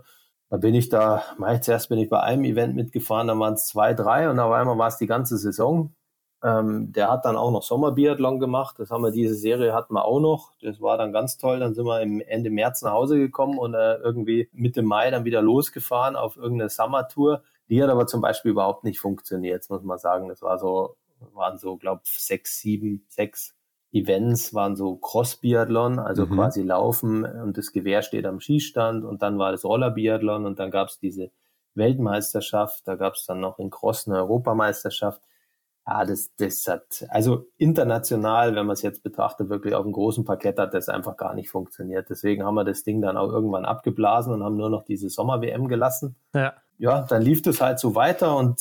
Zuerst bin ich bei einem Event mitgefahren, dann waren es 2, 3, und auf einmal war es die ganze Saison. Der hat dann auch noch Sommerbiathlon gemacht. Diese Serie hatten wir auch noch. Das war dann ganz toll. Dann sind wir Ende März nach Hause gekommen und irgendwie Mitte Mai dann wieder losgefahren auf irgendeine Summer-Tour. Die hat aber zum Beispiel überhaupt nicht funktioniert, muss man sagen. Das waren so, glaube ich, 6 Events, waren so Cross-Biathlon, also quasi Laufen und das Gewehr steht am Schießstand und dann war das Roller-Biathlon und dann gab es diese Weltmeisterschaft, da gab es dann noch in Cross eine Europameisterschaft. Ja, das hat, also international, wenn man es jetzt betrachtet, wirklich auf dem großen Parkett hat das einfach gar nicht funktioniert. Deswegen haben wir das Ding dann auch irgendwann abgeblasen und haben nur noch diese Sommer-WM gelassen. Ja, dann lief das halt so weiter und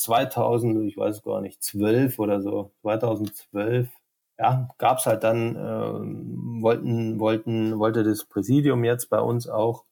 2012 ja, gab's halt dann, wollte das Präsidium jetzt bei uns auch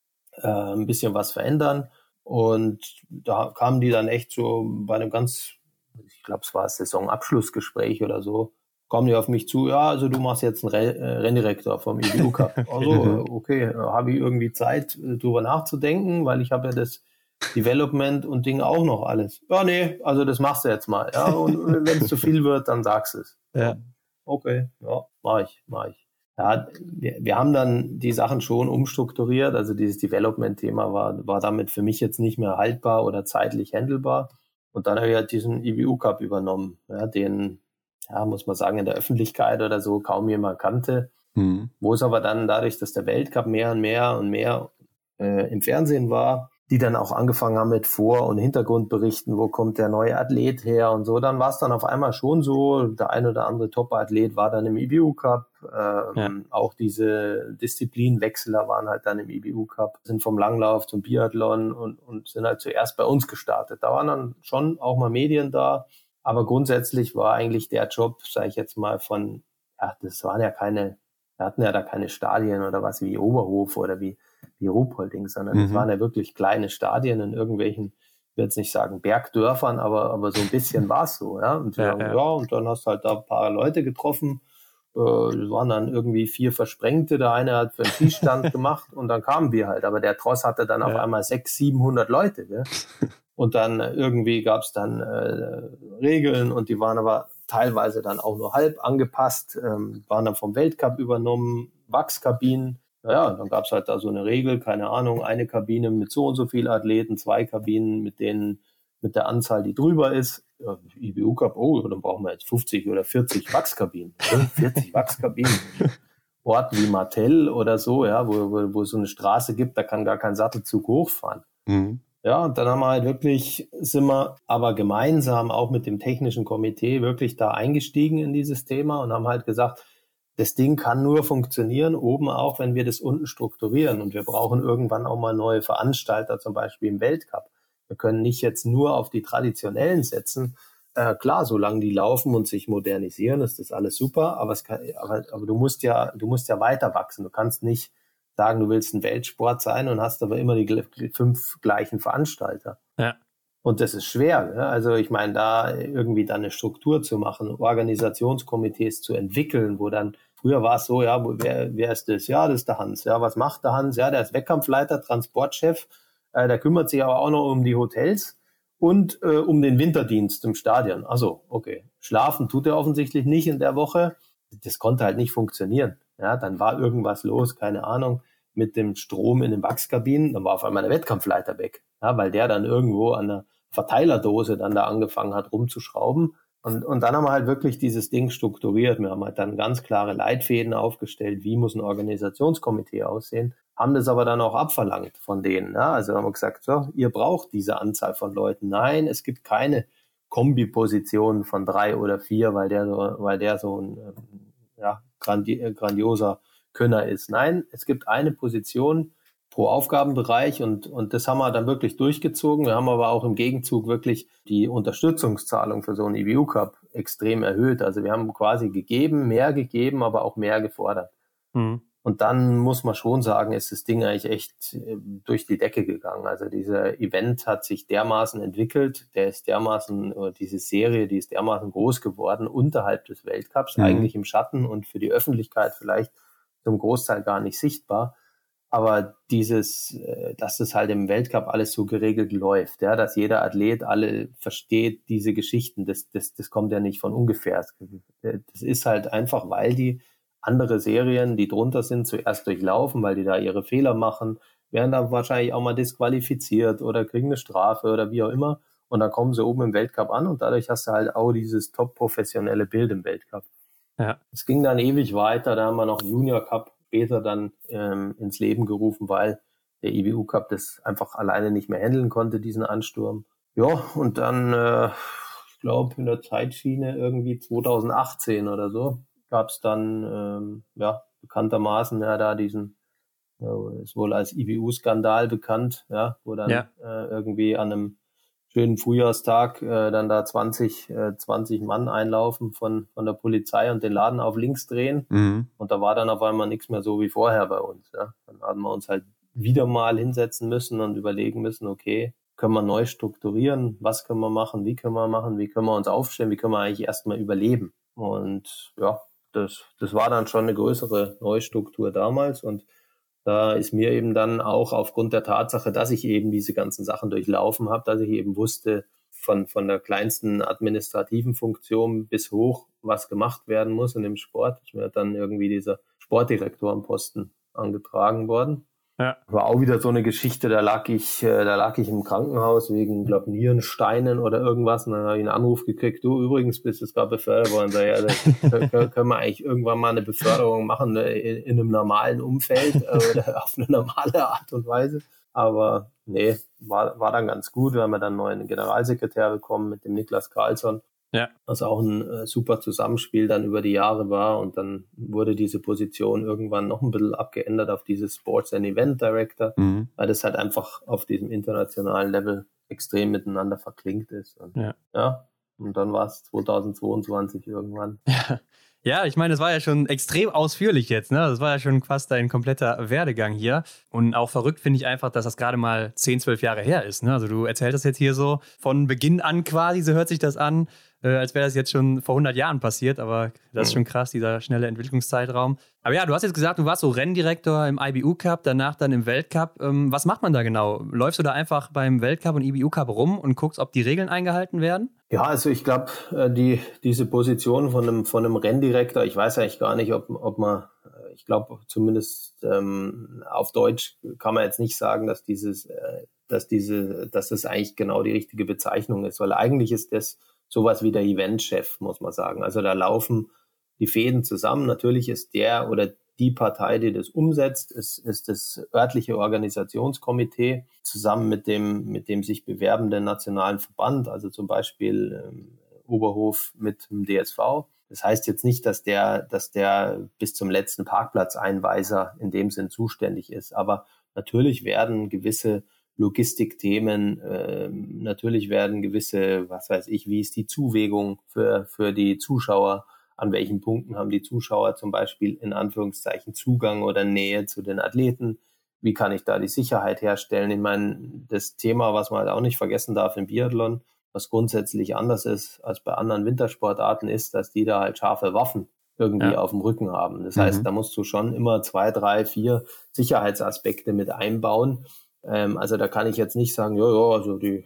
ein bisschen was verändern und da kamen die dann echt so bei einem ich glaube, es war das Saisonabschlussgespräch oder so, kommen die auf mich zu, ja, also du machst jetzt einen Renndirektor vom IBU Cup. Also, okay, habe ich irgendwie Zeit, drüber nachzudenken, weil ich habe ja das Development und Ding auch noch alles. Ja, nee, also das machst du jetzt mal. Ja, und wenn es zu viel wird, dann sagst du es. Ja. Okay, ja, mach ich. Ja, wir haben dann die Sachen schon umstrukturiert. Also dieses Development-Thema war damit für mich jetzt nicht mehr haltbar oder zeitlich handelbar. Und dann habe ich halt diesen IBU Cup übernommen, ja, den, ja, muss man sagen, in der Öffentlichkeit oder so kaum jemand kannte. Wo es aber dann dadurch, dass der Weltcup mehr und mehr im Fernsehen war, die dann auch angefangen haben mit Vor- und Hintergrundberichten, wo kommt der neue Athlet her und so, dann war es dann auf einmal schon so, der ein oder andere Top-Athlet war dann im IBU Cup, auch diese Disziplinwechseler waren halt dann im IBU Cup, sind vom Langlauf zum Biathlon und sind halt zuerst bei uns gestartet. Da waren dann schon auch mal Medien da, aber grundsätzlich war eigentlich der Job, sage ich jetzt mal, das waren ja wir hatten ja da keine Stadien oder was wie Oberhof oder wie Ruhpolding, sondern das waren ja wirklich kleine Stadien in irgendwelchen, ich will jetzt nicht sagen Bergdörfern, aber so ein bisschen war es so, ja. Und und dann hast du halt da ein paar Leute getroffen, das waren dann irgendwie 4 Versprengte, der eine hat für einen Schießstand gemacht und dann kamen wir halt, aber der Tross hatte dann auf einmal 600-700 Leute, gell? Und dann irgendwie gab es dann Regeln und die waren aber teilweise dann auch nur halb angepasst, waren dann vom Weltcup übernommen, Wachskabinen. Naja, dann gab es halt da so eine Regel, keine Ahnung, eine Kabine mit so und so viel Athleten, 2 Kabinen mit der Anzahl, die drüber ist. Ja, IBU Cup, dann brauchen wir jetzt 50 oder 40 Wachskabinen. 40 Wachskabinen. Orten wie Martell oder so, ja, wo es so eine Straße gibt, da kann gar kein Sattelzug hochfahren. Ja, und dann sind wir aber gemeinsam auch mit dem technischen Komitee wirklich da eingestiegen in dieses Thema und haben halt gesagt, das Ding kann nur funktionieren, oben auch, wenn wir das unten strukturieren. Und wir brauchen irgendwann auch mal neue Veranstalter, zum Beispiel im Weltcup. Wir können nicht jetzt nur auf die traditionellen setzen. Klar, solange die laufen und sich modernisieren, ist das alles super. Aber du musst ja weiter wachsen. Du kannst nicht sagen, du willst ein Weltsport sein und hast aber immer die 5 gleichen Veranstalter. Ja. Und das ist schwer. Ne? Also ich meine, da irgendwie dann eine Struktur zu machen, Organisationskomitees zu entwickeln, wo dann, früher war es so, ja, wer ist das? Ja, das ist der Hans. Ja, was macht der Hans? Ja, der ist Wettkampfleiter, Transportchef. Der kümmert sich aber auch noch um die Hotels und um den Winterdienst im Stadion. Also, okay. Schlafen tut er offensichtlich nicht in der Woche. Das konnte halt nicht funktionieren. Ja, dann war irgendwas los, keine Ahnung, mit dem Strom in den Wachskabinen. Dann war auf einmal der Wettkampfleiter weg. Ja, weil der dann irgendwo an der Verteilerdose dann da angefangen hat rumzuschrauben. Und dann haben wir halt wirklich dieses Ding strukturiert. Wir haben halt dann ganz klare Leitfäden aufgestellt, wie muss ein Organisationskomitee aussehen, haben das aber dann auch abverlangt von denen. Ja? Also haben wir gesagt, so, ihr braucht diese Anzahl von Leuten. Nein, es gibt keine Kombipositionen von 3 oder 4, weil der so ein grandioser Könner ist. Nein, es gibt eine Position pro Aufgabenbereich und das haben wir dann wirklich durchgezogen. Wir haben aber auch im Gegenzug wirklich die Unterstützungszahlung für so einen IBU Cup extrem erhöht. Also wir haben quasi mehr gegeben, aber auch mehr gefordert. Und dann muss man schon sagen, ist das Ding eigentlich echt durch die Decke gegangen. Also dieser Event hat sich dermaßen entwickelt, diese Serie, die ist dermaßen groß geworden unterhalb des Weltcups, eigentlich im Schatten und für die Öffentlichkeit vielleicht zum Großteil gar nicht sichtbar. Aber dass das halt im Weltcup alles so geregelt läuft, ja, dass jeder Athlet alle versteht diese Geschichten, das kommt ja nicht von ungefähr. Das ist halt einfach, weil die andere Serien, die drunter sind, zuerst durchlaufen, weil die da ihre Fehler machen, werden da wahrscheinlich auch mal disqualifiziert oder kriegen eine Strafe oder wie auch immer. Und dann kommen sie oben im Weltcup an und dadurch hast du halt auch dieses top professionelle Bild im Weltcup. Ja. Es ging dann ewig weiter, da haben wir noch einen Junior Cup später dann ins Leben gerufen, weil der IBU Cup das einfach alleine nicht mehr handeln konnte, diesen Ansturm. Ja, und dann, ich glaube, in der Zeitschiene irgendwie 2018 oder so, gab es dann, bekanntermaßen da diesen, ist wohl als IBU-Skandal bekannt, ja, wo dann irgendwie an einem schönen Frühjahrstag dann da 20 Mann einlaufen von der Polizei und den Laden auf links drehen. Mhm. Und da war dann auf einmal nichts mehr so wie vorher bei uns. Ja. Dann haben wir uns halt wieder mal hinsetzen müssen und überlegen müssen, okay, können wir neu strukturieren? Was können wir machen? Wie können wir machen? Wie können wir uns aufstellen? Wie können wir eigentlich erstmal überleben? Und ja, das war dann schon eine größere Neustruktur damals. Und da ist mir eben dann auch aufgrund der Tatsache, dass ich eben diese ganzen Sachen durchlaufen habe, dass ich eben wusste, von der kleinsten administrativen Funktion bis hoch, was gemacht werden muss in dem Sport. Ich mir dann irgendwie dieser Sportdirektorenposten angetragen worden. Ja. War auch wieder so eine Geschichte, da lag ich im Krankenhaus wegen, glaube Nierensteinen oder irgendwas. Und dann habe ich einen Anruf gekriegt, du übrigens bist jetzt gerade befördert worden. Da, können wir eigentlich irgendwann mal eine Beförderung machen in einem normalen Umfeld oder auf eine normale Art und Weise. Aber nee, war dann ganz gut. Wir haben dann einen neuen Generalsekretär bekommen mit dem Niklas Karlsson. Ja. Was auch ein super Zusammenspiel dann über die Jahre war, und dann wurde diese Position irgendwann noch ein bisschen abgeändert auf dieses Sports and Event Director, weil das halt einfach auf diesem internationalen Level extrem miteinander verklingt ist. Und, und dann war es 2022 irgendwann. Ja, ich meine, das war ja schon extrem ausführlich jetzt, ne? Das war ja schon fast dein kompletter Werdegang hier. Und auch verrückt finde ich einfach, dass das gerade mal 10, 12 Jahre her ist, ne? Also du erzählst das jetzt hier so von Beginn an quasi, so hört sich das an, als wäre das jetzt schon vor 100 Jahren passiert. Aber das ist schon krass, dieser schnelle Entwicklungszeitraum. Aber ja, du hast jetzt gesagt, du warst so Renndirektor im IBU Cup, danach dann im Weltcup. Was macht man da genau? Läufst du da einfach beim Weltcup und IBU Cup rum und guckst, ob die Regeln eingehalten werden? Ja, also ich glaube, diese Position von einem Renndirektor, ich weiß eigentlich gar nicht, ob man, ich glaube zumindest auf Deutsch kann man jetzt nicht sagen, dass das eigentlich genau die richtige Bezeichnung ist, weil eigentlich ist das sowas wie der Eventchef, muss man sagen. Also da laufen die Fäden zusammen. Natürlich ist der oder die Partei, die das umsetzt, ist das örtliche Organisationskomitee zusammen mit dem sich bewerbenden nationalen Verband, also zum Beispiel Oberhof mit dem DSV. Das heißt jetzt nicht, dass der bis zum letzten Parkplatzeinweiser in dem Sinn zuständig ist. Aber natürlich werden gewisse Logistikthemen, natürlich werden gewisse, was weiß ich, wie ist die Zuwägung für die Zuschauer, an welchen Punkten haben die Zuschauer zum Beispiel in Anführungszeichen Zugang oder Nähe zu den Athleten, wie kann ich da die Sicherheit herstellen? Ich meine, das Thema, was man halt auch nicht vergessen darf im Biathlon, was grundsätzlich anders ist als bei anderen Wintersportarten, ist, dass die da halt scharfe Waffen irgendwie auf dem Rücken haben. Das heißt, da musst du schon immer 2, 3, 4 Sicherheitsaspekte mit einbauen. Also da kann ich jetzt nicht sagen, also die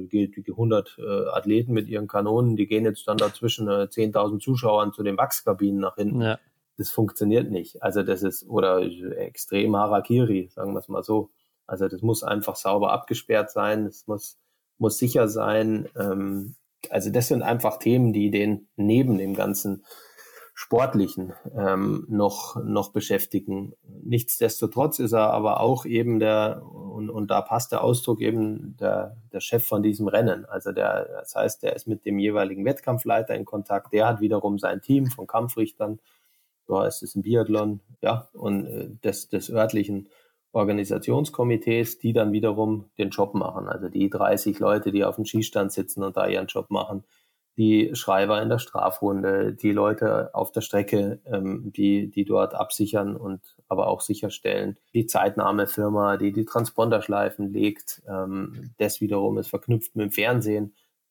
100 Athleten mit ihren Kanonen, die gehen jetzt dann dazwischen 10.000 Zuschauern zu den Wachskabinen nach hinten. Ja. Das funktioniert nicht. Also das ist, oder extrem Harakiri, sagen wir es mal so. Also das muss einfach sauber abgesperrt sein, es muss sicher sein. Also das sind einfach Themen, die den neben dem ganzen Sportlichen noch beschäftigen. Nichtsdestotrotz ist er aber auch eben und da passt der Ausdruck eben der Chef von diesem Rennen. Also das heißt, der ist mit dem jeweiligen Wettkampfleiter in Kontakt, der hat wiederum sein Team von Kampfrichtern, so heißt es im Biathlon, ja, und des örtlichen Organisationskomitees, die dann wiederum den Job machen. Also die 30 Leute, die auf dem Skistand sitzen und da ihren Job machen, die Schreiber in der Strafrunde, die Leute auf der Strecke, die dort absichern und aber auch sicherstellen, die Zeitnahmefirma, die Transponderschleifen legt, das wiederum ist verknüpft mit dem Fernsehen.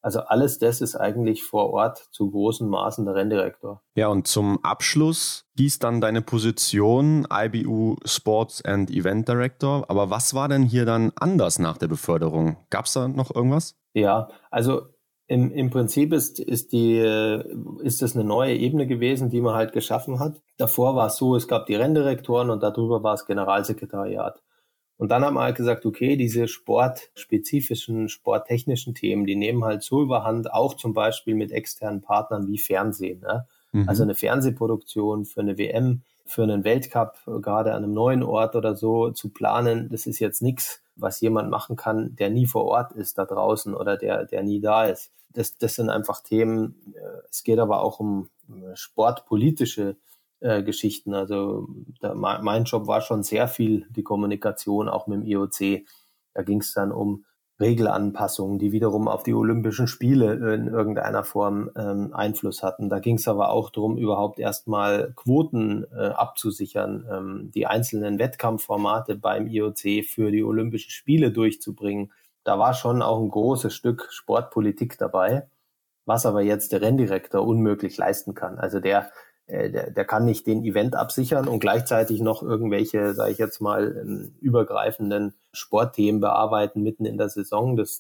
Also alles das ist eigentlich vor Ort zu großen Maßen der Renndirektor. Ja, und zum Abschluss hieß dann deine Position IBU Sports and Event Director. Aber was war denn hier dann anders nach der Beförderung? Gab es da noch irgendwas? Ja, also im Prinzip ist das eine neue Ebene gewesen, die man halt geschaffen hat. Davor war es so, es gab die Renndirektoren und darüber war es Generalsekretariat. Und dann haben wir halt gesagt, okay, diese sportspezifischen, sporttechnischen Themen, die nehmen halt so überhand, auch zum Beispiel mit externen Partnern wie Fernsehen. Ne? Also eine Fernsehproduktion für eine WM, für einen Weltcup, gerade an einem neuen Ort oder so zu planen, das ist jetzt nichts, was jemand machen kann, der nie vor Ort ist da draußen oder der nie da ist. Das sind einfach Themen. Es geht aber auch um sportpolitische Geschichten. Also mein Job war schon sehr viel die Kommunikation, auch mit dem IOC. Da ging es dann um Regelanpassungen, die wiederum auf die Olympischen Spiele in irgendeiner Form Einfluss hatten. Da ging es aber auch darum, überhaupt erstmal Quoten abzusichern, die einzelnen Wettkampfformate beim IOC für die Olympischen Spiele durchzubringen. Da war schon auch ein großes Stück Sportpolitik dabei, was aber jetzt der Renndirektor unmöglich leisten kann. Also der kann nicht den Event absichern und gleichzeitig noch irgendwelche, sage ich jetzt mal, übergreifenden Sportthemen bearbeiten mitten in der Saison. Das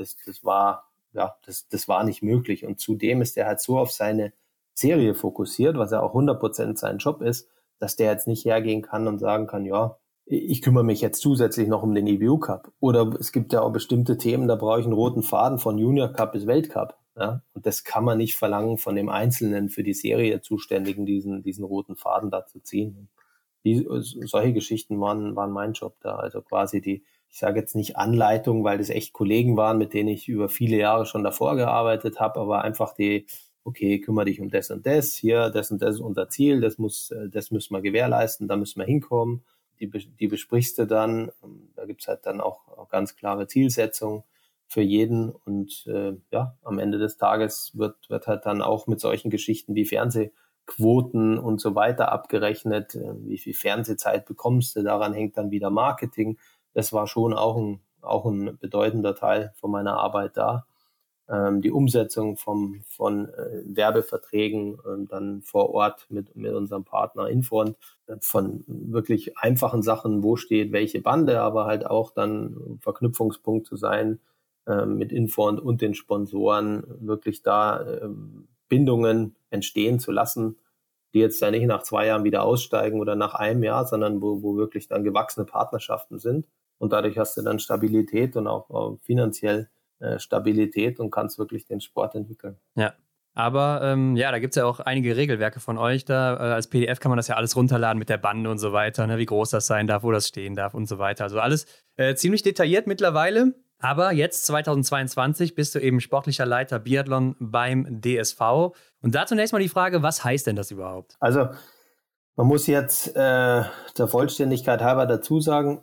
war nicht möglich. Und zudem ist er halt so auf seine Serie fokussiert, was ja auch 100% sein Job ist, dass der jetzt nicht hergehen kann und sagen kann, ja, ich kümmere mich jetzt zusätzlich noch um den IBU Cup. Oder es gibt ja auch bestimmte Themen, da brauche ich einen roten Faden von Junior Cup bis Weltcup. Ja? Und das kann man nicht verlangen von dem Einzelnen für die Serie Zuständigen, diesen roten Faden da zu ziehen. Solche Geschichten waren mein Job da. Also quasi ich sage jetzt nicht Anleitung, weil das echt Kollegen waren, mit denen ich über viele Jahre schon davor gearbeitet habe, aber einfach okay, kümmere dich um das und das, hier, das und das ist unser Ziel, das müssen wir gewährleisten, da müssen wir hinkommen. Die besprichst du dann. Da gibt's halt dann auch ganz klare Zielsetzungen für jeden. Und am Ende des Tages wird halt dann auch mit solchen Geschichten wie Fernsehquoten und so weiter abgerechnet. Wie viel Fernsehzeit bekommst du? Daran hängt dann wieder Marketing. Das war schon auch ein bedeutender Teil von meiner Arbeit da. Die Umsetzung von Werbeverträgen dann vor Ort mit unserem Partner Infront, von wirklich einfachen Sachen, wo steht welche Bande, aber halt auch dann Verknüpfungspunkt zu sein mit Infront und den Sponsoren, wirklich da Bindungen entstehen zu lassen, die jetzt ja nicht nach 2 Jahren wieder aussteigen oder nach einem Jahr, sondern wo wirklich dann gewachsene Partnerschaften sind. Und dadurch hast du dann Stabilität und auch finanziell Stabilität und kannst wirklich den Sport entwickeln. Ja, aber da gibt es ja auch einige Regelwerke von euch. Da als PDF kann man das ja alles runterladen mit der Bande und so weiter, ne? Wie groß das sein darf, wo das stehen darf und so weiter. Also alles ziemlich detailliert mittlerweile. Aber jetzt 2022 bist du eben sportlicher Leiter Biathlon beim DSV. Und da zunächst mal die Frage, was heißt denn das überhaupt? Also man muss jetzt der Vollständigkeit halber dazu sagen,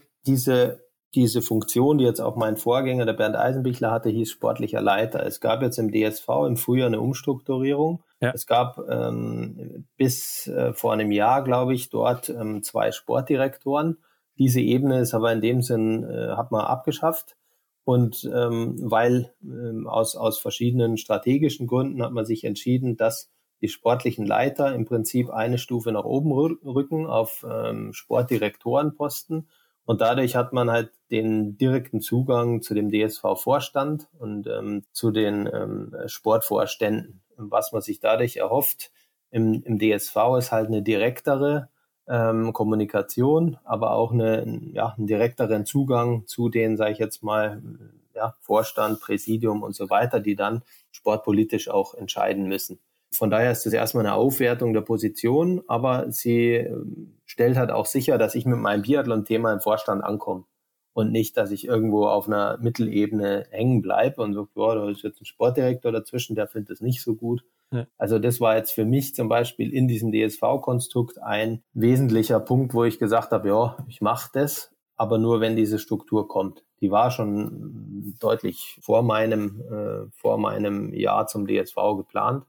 diese Funktion, die jetzt auch mein Vorgänger, der Bernd Eisenbichler, hatte, hieß sportlicher Leiter. Es gab jetzt im DSV im Frühjahr eine Umstrukturierung. Ja. Es gab bis vor einem Jahr, glaube ich, dort 2 Sportdirektoren. Diese Ebene ist aber in dem Sinn, hat man abgeschafft. Und weil aus verschiedenen strategischen Gründen hat man sich entschieden, dass die sportlichen Leiter im Prinzip eine Stufe nach oben rücken auf Sportdirektorenposten. Und dadurch hat man halt den direkten Zugang zu dem DSV-Vorstand und zu den Sportvorständen. Und was man sich dadurch erhofft im DSV ist halt eine direktere Kommunikation, aber auch einen direkteren Zugang zu den, sage ich jetzt mal, Vorstand, Präsidium und so weiter, die dann sportpolitisch auch entscheiden müssen. Von daher ist das erstmal eine Aufwertung der Position, aber sie stellt halt auch sicher, dass ich mit meinem Biathlon-Thema im Vorstand ankomme und nicht, dass ich irgendwo auf einer Mittelebene hängen bleibe und so, da ist jetzt ein Sportdirektor dazwischen, der findet es nicht so gut. Ja. Also das war jetzt für mich zum Beispiel in diesem DSV-Konstrukt ein wesentlicher Punkt, wo ich gesagt habe, ja, ich mache das, aber nur, wenn diese Struktur kommt. Die war schon deutlich vor meinem Jahr zum DSV geplant.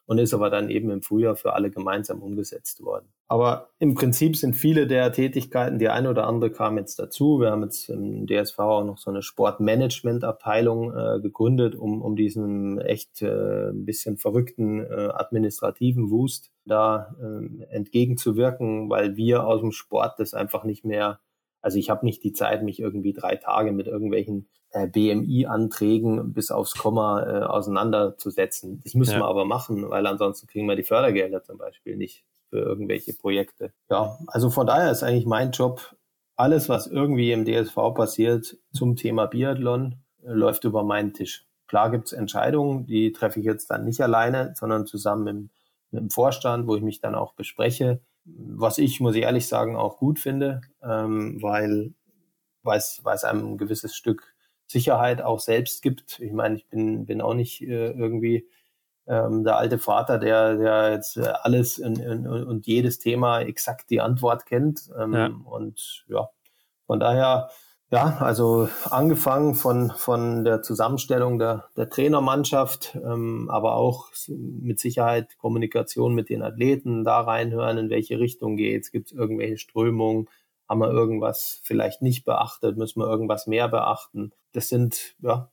und ist aber dann eben im Frühjahr für alle gemeinsam umgesetzt worden. Aber im Prinzip sind viele der Tätigkeiten, die eine oder andere kam jetzt dazu. Wir haben jetzt im DSV auch noch so eine Sportmanagement-Abteilung gegründet, um diesen echt ein bisschen verrückten administrativen Wust da entgegenzuwirken, weil wir aus dem Sport das einfach nicht mehr, also ich habe nicht die Zeit, mich irgendwie 3 Tage mit irgendwelchen BMI-Anträgen bis aufs Komma auseinanderzusetzen. Das müssen wir aber machen, weil ansonsten kriegen wir die Fördergelder zum Beispiel nicht für irgendwelche Projekte. Ja, also von daher ist eigentlich mein Job, alles, was irgendwie im DSV passiert zum Thema Biathlon, läuft über meinen Tisch. Klar gibt es Entscheidungen, die treffe ich jetzt dann nicht alleine, sondern zusammen mit dem Vorstand, wo ich mich dann auch bespreche, was ich, muss ich ehrlich sagen, auch gut finde, weil es einem ein gewisses Stück Sicherheit auch selbst gibt. Ich meine, ich bin auch nicht irgendwie der alte Vater, der jetzt alles und jedes Thema exakt die Antwort kennt. Und ja, von daher, ja, also angefangen von der Zusammenstellung der Trainermannschaft, aber auch mit Sicherheit Kommunikation mit den Athleten, da reinhören, in welche Richtung geht's, gibt es irgendwelche Strömungen, haben wir irgendwas vielleicht nicht beachtet, müssen wir irgendwas mehr beachten. Das sind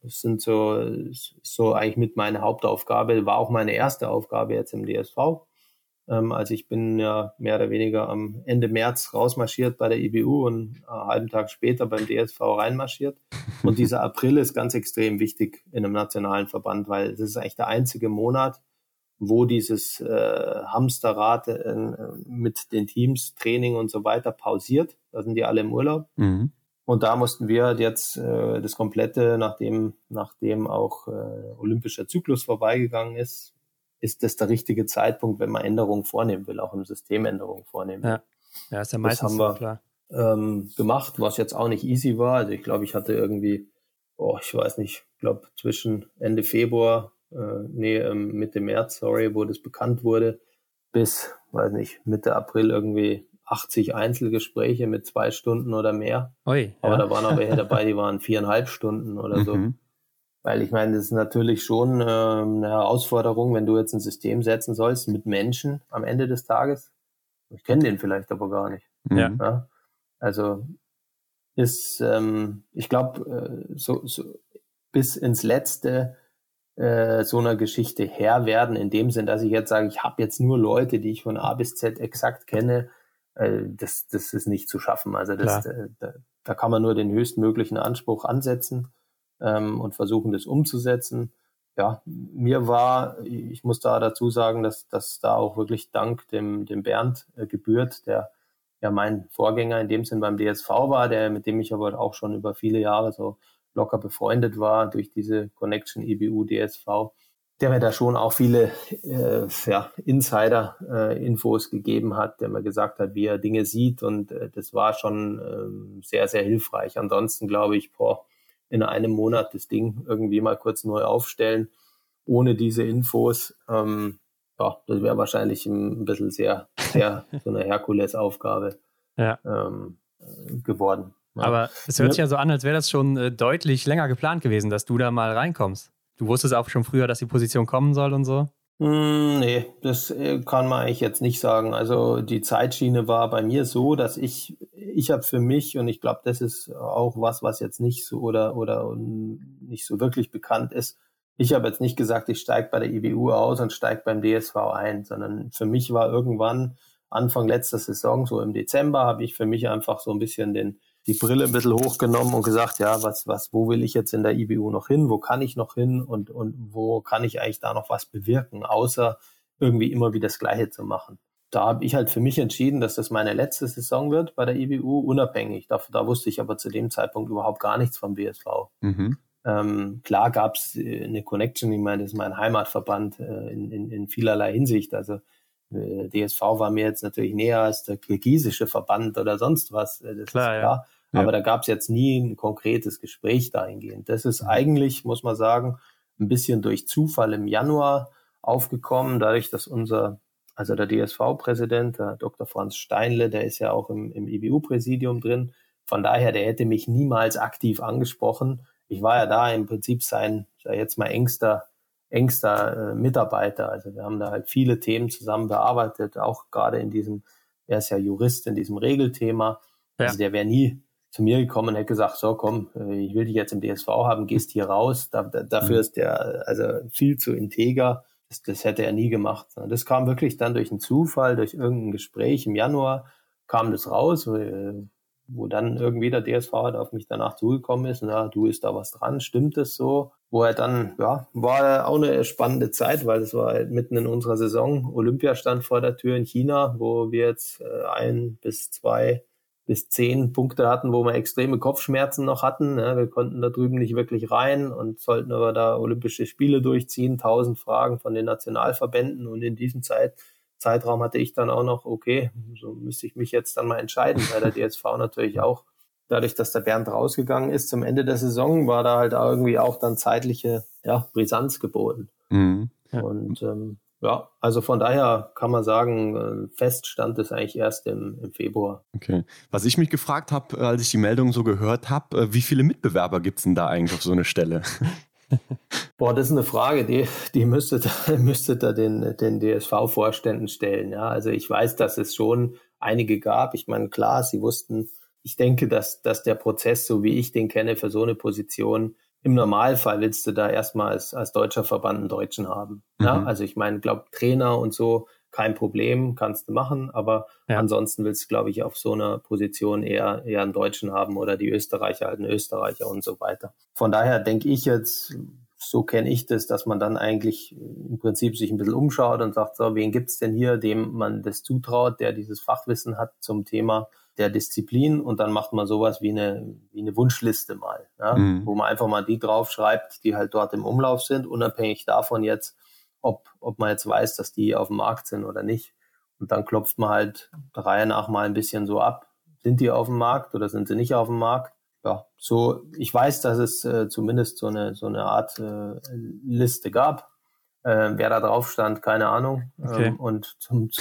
so eigentlich mit meine Hauptaufgabe, war auch meine erste Aufgabe jetzt im DSV. Also ich bin ja mehr oder weniger am Ende März rausmarschiert bei der IBU und einen halben Tag später beim DSV reinmarschiert. Und dieser April ist ganz extrem wichtig in einem nationalen Verband, weil das ist eigentlich der einzige Monat, wo dieses Hamsterrad mit den Teams, Training und so weiter pausiert. Da sind die alle im Urlaub. Mhm. Und da mussten wir jetzt das Komplette, nachdem auch olympischer Zyklus vorbeigegangen ist das der richtige Zeitpunkt, wenn man Änderungen vornehmen will, auch im System Änderungen vornehmen will. Ja, ist ja meistens das haben wir, klar. Gemacht, was jetzt auch nicht easy war. Also ich glaube, ich hatte irgendwie, zwischen Ende Februar, Mitte März, wo das bekannt wurde, bis, Mitte April irgendwie 80 Einzelgespräche mit 2 Stunden oder mehr. Aber da waren auch welche dabei, die waren 4,5 Stunden oder so. Weil ich meine, das ist natürlich schon eine Herausforderung, wenn du jetzt ein System setzen sollst mit Menschen am Ende des Tages. Ich kenne den vielleicht aber gar nicht. Ja? Also ist, ich glaube, so bis ins Letzte so einer Geschichte Herr werden, in dem Sinn, dass ich jetzt sage, ich habe jetzt nur Leute, die ich von A bis Z exakt kenne, das ist nicht zu schaffen. Also da kann man nur den höchstmöglichen Anspruch ansetzen und versuchen, das umzusetzen. Ja, ich muss da dazu sagen, dass da auch wirklich Dank dem Bernd gebührt, der ja mein Vorgänger in dem Sinn beim DSV war, mit dem ich aber auch schon über viele Jahre so locker befreundet war durch diese Connection IBU DSV, der mir da schon auch viele Insider-Infos gegeben hat, der mir gesagt hat, wie er Dinge sieht, und das war schon sehr, sehr hilfreich. Ansonsten glaube ich, in einem Monat das Ding irgendwie mal kurz neu aufstellen, ohne diese Infos, das wäre wahrscheinlich ein bisschen sehr so eine Herkulesaufgabe geworden. Ja. Aber es hört sich ja so an, als wäre das schon deutlich länger geplant gewesen, dass du da mal reinkommst. Du wusstest auch schon früher, dass die Position kommen soll und so? Nee, das kann man eigentlich jetzt nicht sagen. Also die Zeitschiene war bei mir so, dass ich habe für mich, und ich glaube, das ist auch was jetzt nicht so oder nicht so wirklich bekannt ist, ich habe jetzt nicht gesagt, ich steige bei der IBU aus und steige beim DSV ein, sondern für mich war irgendwann Anfang letzter Saison, so im Dezember, habe ich für mich einfach so ein bisschen die Brille ein bisschen hochgenommen und gesagt, ja, wo will ich jetzt in der IBU noch hin, wo kann ich noch hin und wo kann ich eigentlich da noch was bewirken, außer irgendwie immer wieder das Gleiche zu machen. Da habe ich halt für mich entschieden, dass das meine letzte Saison wird bei der IBU, unabhängig. Da wusste ich aber zu dem Zeitpunkt überhaupt gar nichts vom BSV. Klar gab es eine Connection, ich meine, das ist mein Heimatverband in vielerlei Hinsicht, also DSV war mir jetzt natürlich näher als der kirgisische Verband oder sonst was, das ist klar. Ja. Aber da gab es jetzt nie ein konkretes Gespräch dahingehend. Das ist eigentlich, muss man sagen, ein bisschen durch Zufall im Januar aufgekommen, dadurch, dass der DSV-Präsident, der Dr. Franz Steinle, der ist ja auch im IBU-Präsidium drin, von daher, der hätte mich niemals aktiv angesprochen. Ich war ja da im Prinzip sein, jetzt mal engster engster Mitarbeiter. Also wir haben da halt viele Themen zusammen bearbeitet, auch gerade er ist ja Jurist in diesem Regelthema. Ja. Also der wäre nie zu mir gekommen und hätte gesagt, so komm, ich will dich jetzt im DSV haben, gehst hier raus. Dafür ist der also viel zu integer. Das hätte er nie gemacht. Das kam wirklich dann durch einen Zufall, durch irgendein Gespräch im Januar kam das raus, wo dann irgendwie der DSV halt auf mich danach zugekommen ist. Na, du, ist da was dran? Stimmt das so? Wo er dann, ja, war auch eine spannende Zeit, weil das war halt mitten in unserer Saison. Olympia stand vor der Tür in China, wo wir jetzt 1 bis 2 bis 10 Punkte hatten, wo wir extreme Kopfschmerzen noch hatten. Ja, wir konnten da drüben nicht wirklich rein und sollten aber da Olympische Spiele durchziehen, 1000 Fragen von den Nationalverbänden, und in diesem Zeitraum hatte ich dann auch noch, okay, so müsste ich mich jetzt dann mal entscheiden, weil der DSV natürlich auch, dadurch, dass der Bernd rausgegangen ist zum Ende der Saison, war da halt irgendwie auch dann zeitliche Brisanz geboten. Mhm. Ja. Und also von daher kann man sagen, fest stand es eigentlich erst im Februar. Okay. Was ich mich gefragt habe, als ich die Meldung so gehört habe, wie viele Mitbewerber gibt es denn da eigentlich auf so eine Stelle? Boah, das ist eine Frage, die müsstet ihr den DSV-Vorständen stellen. Ja, also ich weiß, dass es schon einige gab. Ich meine, klar, sie wussten, ich denke, dass der Prozess, so wie ich den kenne, für so eine Position, im Normalfall willst du da erstmal als deutscher Verband einen Deutschen haben. Mhm. Ja, also ich meine, glaube Trainer und so, kein Problem, kannst du machen, aber ansonsten willst du, glaube ich, auf so einer Position eher einen Deutschen haben oder die Österreicher halt einen Österreicher und so weiter. Von daher denke ich jetzt, so kenne ich das, dass man dann eigentlich im Prinzip sich ein bisschen umschaut und sagt, so, wen gibt's denn hier, dem man das zutraut, der dieses Fachwissen hat zum Thema der Disziplin, und dann macht man sowas wie eine Wunschliste mal, wo man einfach mal die draufschreibt, die halt dort im Umlauf sind, unabhängig davon jetzt, ob man jetzt weiß, dass die auf dem Markt sind oder nicht. Und dann klopft man halt der Reihe nach mal ein bisschen so ab. Sind die auf dem Markt oder sind sie nicht auf dem Markt? Ja, so, ich weiß, dass es zumindest so eine Art Liste gab. Wer da drauf stand, keine Ahnung. Okay. Und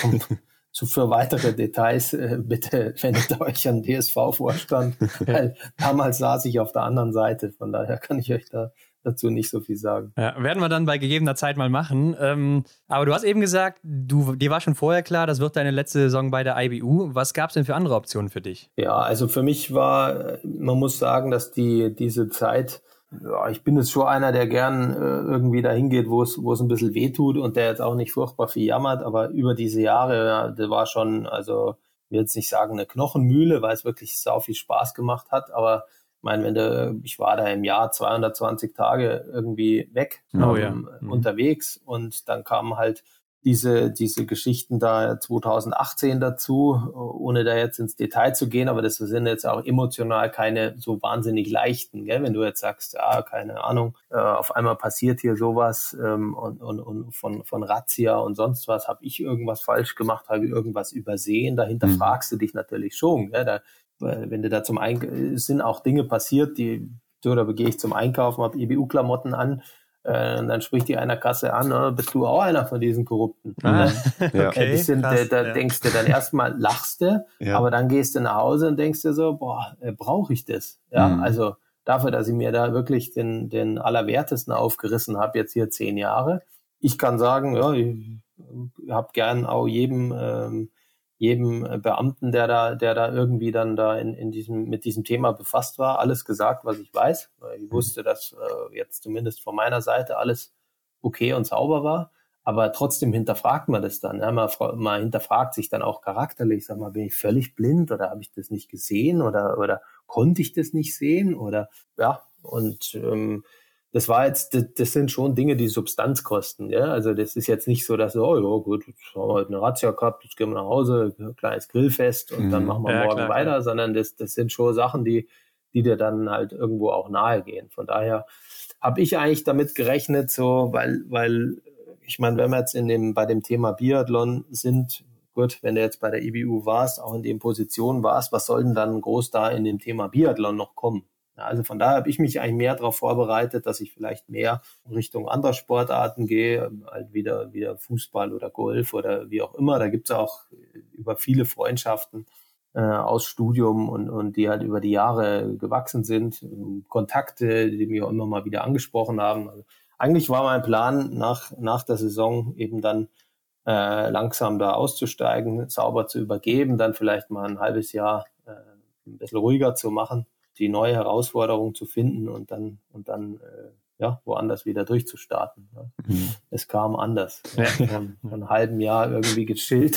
für weitere Details bitte wendet euch an den DSV-Vorstand, weil damals saß ich auf der anderen Seite. Von daher kann ich euch dazu nicht so viel sagen. Ja, werden wir dann bei gegebener Zeit mal machen. Aber du hast eben gesagt, dir war schon vorher klar, das wird deine letzte Saison bei der IBU. Was gab es denn für andere Optionen für dich? Ja, also für mich man muss sagen, dass diese Zeit, ich bin jetzt schon einer, der gern irgendwie dahin geht, wo es ein bisschen wehtut und der jetzt auch nicht furchtbar viel jammert, aber über diese Jahre, das war schon, also ich will jetzt nicht sagen eine Knochenmühle, weil es wirklich sau viel Spaß gemacht hat, aber ich meine, ich war da im Jahr 220 Tage irgendwie weg, unterwegs, und dann kamen halt diese Geschichten da 2018 dazu, ohne da jetzt ins Detail zu gehen, aber das sind jetzt auch emotional keine so wahnsinnig leichten, gell? Wenn du jetzt sagst, keine Ahnung, auf einmal passiert hier sowas und von Razzia und sonst was, habe ich irgendwas falsch gemacht, habe ich irgendwas übersehen, dahinter fragst du dich natürlich schon, gell? Wenn du da es sind auch Dinge passiert, da gehe ich zum Einkaufen, habe IBU-Klamotten an, und dann spricht die einer Kasse an, bist du auch einer von diesen Korrupten? Okay, denkst du dann erstmal, lachst du, aber dann gehst du nach Hause und denkst dir so, brauche ich das? Ja, also dafür, dass ich mir da wirklich den Allerwertesten aufgerissen habe, jetzt hier 10 Jahre. Ich kann sagen, ich habe gern auch jedem Beamten, der da irgendwie dann da mit diesem Thema befasst war, alles gesagt, was ich weiß. Ich wusste, dass jetzt zumindest von meiner Seite alles okay und sauber war, aber trotzdem hinterfragt man das dann. Ja? Man hinterfragt sich dann auch charakterlich, sag mal, bin ich völlig blind oder habe ich das nicht gesehen oder konnte ich das nicht sehen oder das sind schon Dinge, die Substanz kosten. Ja? Also das ist jetzt nicht so, dass jetzt haben wir heute eine Razzia gehabt, jetzt gehen wir nach Hause, ein kleines Grillfest und dann machen wir morgen weiter, sondern das sind schon Sachen, die dir dann halt irgendwo auch nahe gehen. Von daher habe ich eigentlich damit gerechnet, so, weil ich meine, wenn wir jetzt bei dem Thema Biathlon sind, gut, wenn du jetzt bei der IBU warst, auch in den Positionen warst, was soll denn dann groß da in dem Thema Biathlon noch kommen? Also von daher habe ich mich eigentlich mehr darauf vorbereitet, dass ich vielleicht mehr in Richtung anderer Sportarten gehe, halt wieder Fußball oder Golf oder wie auch immer. Da gibt es auch über viele Freundschaften aus Studium und die halt über die Jahre gewachsen sind, Kontakte, die mich auch immer mal wieder angesprochen haben. eigentlich war mein Plan, nach der Saison eben dann langsam da auszusteigen, sauber zu übergeben, dann vielleicht mal ein halbes Jahr ein bisschen ruhiger zu machen, die neue Herausforderung zu finden und dann woanders wieder durchzustarten. Ja. Es kam anders. Ja. Von einem halben Jahr irgendwie gechillt.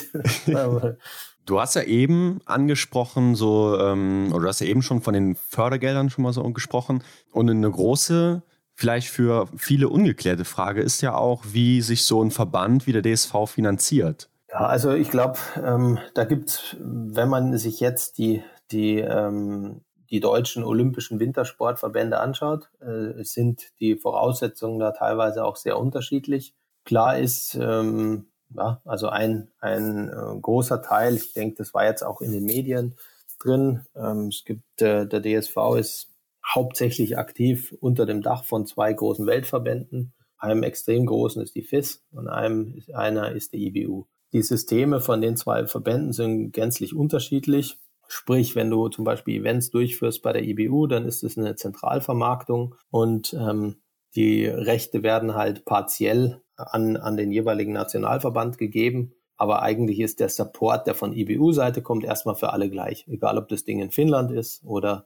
Du hast ja eben angesprochen, oder du hast ja eben schon von den Fördergeldern schon mal so gesprochen. Und eine große, vielleicht für viele ungeklärte Frage ist ja auch, wie sich so ein Verband wie der DSV finanziert. Ja, also ich glaube, da gibt's, wenn man sich jetzt die deutschen olympischen Wintersportverbände anschaut, sind die Voraussetzungen da teilweise auch sehr unterschiedlich. Klar ist, also ein großer Teil, ich denke, das war jetzt auch in den Medien drin, es gibt, der DSV ist hauptsächlich aktiv unter dem Dach von 2 großen Weltverbänden. Einem extrem großen ist die FIS und einer ist die IBU. Die Systeme von den 2 Verbänden sind gänzlich unterschiedlich. Sprich, wenn du zum Beispiel Events durchführst bei der IBU, dann ist es eine Zentralvermarktung und die Rechte werden halt partiell an den jeweiligen Nationalverband gegeben. Aber eigentlich ist der Support, der von IBU-Seite kommt, erstmal für alle gleich. Egal, ob das Ding in Finnland ist oder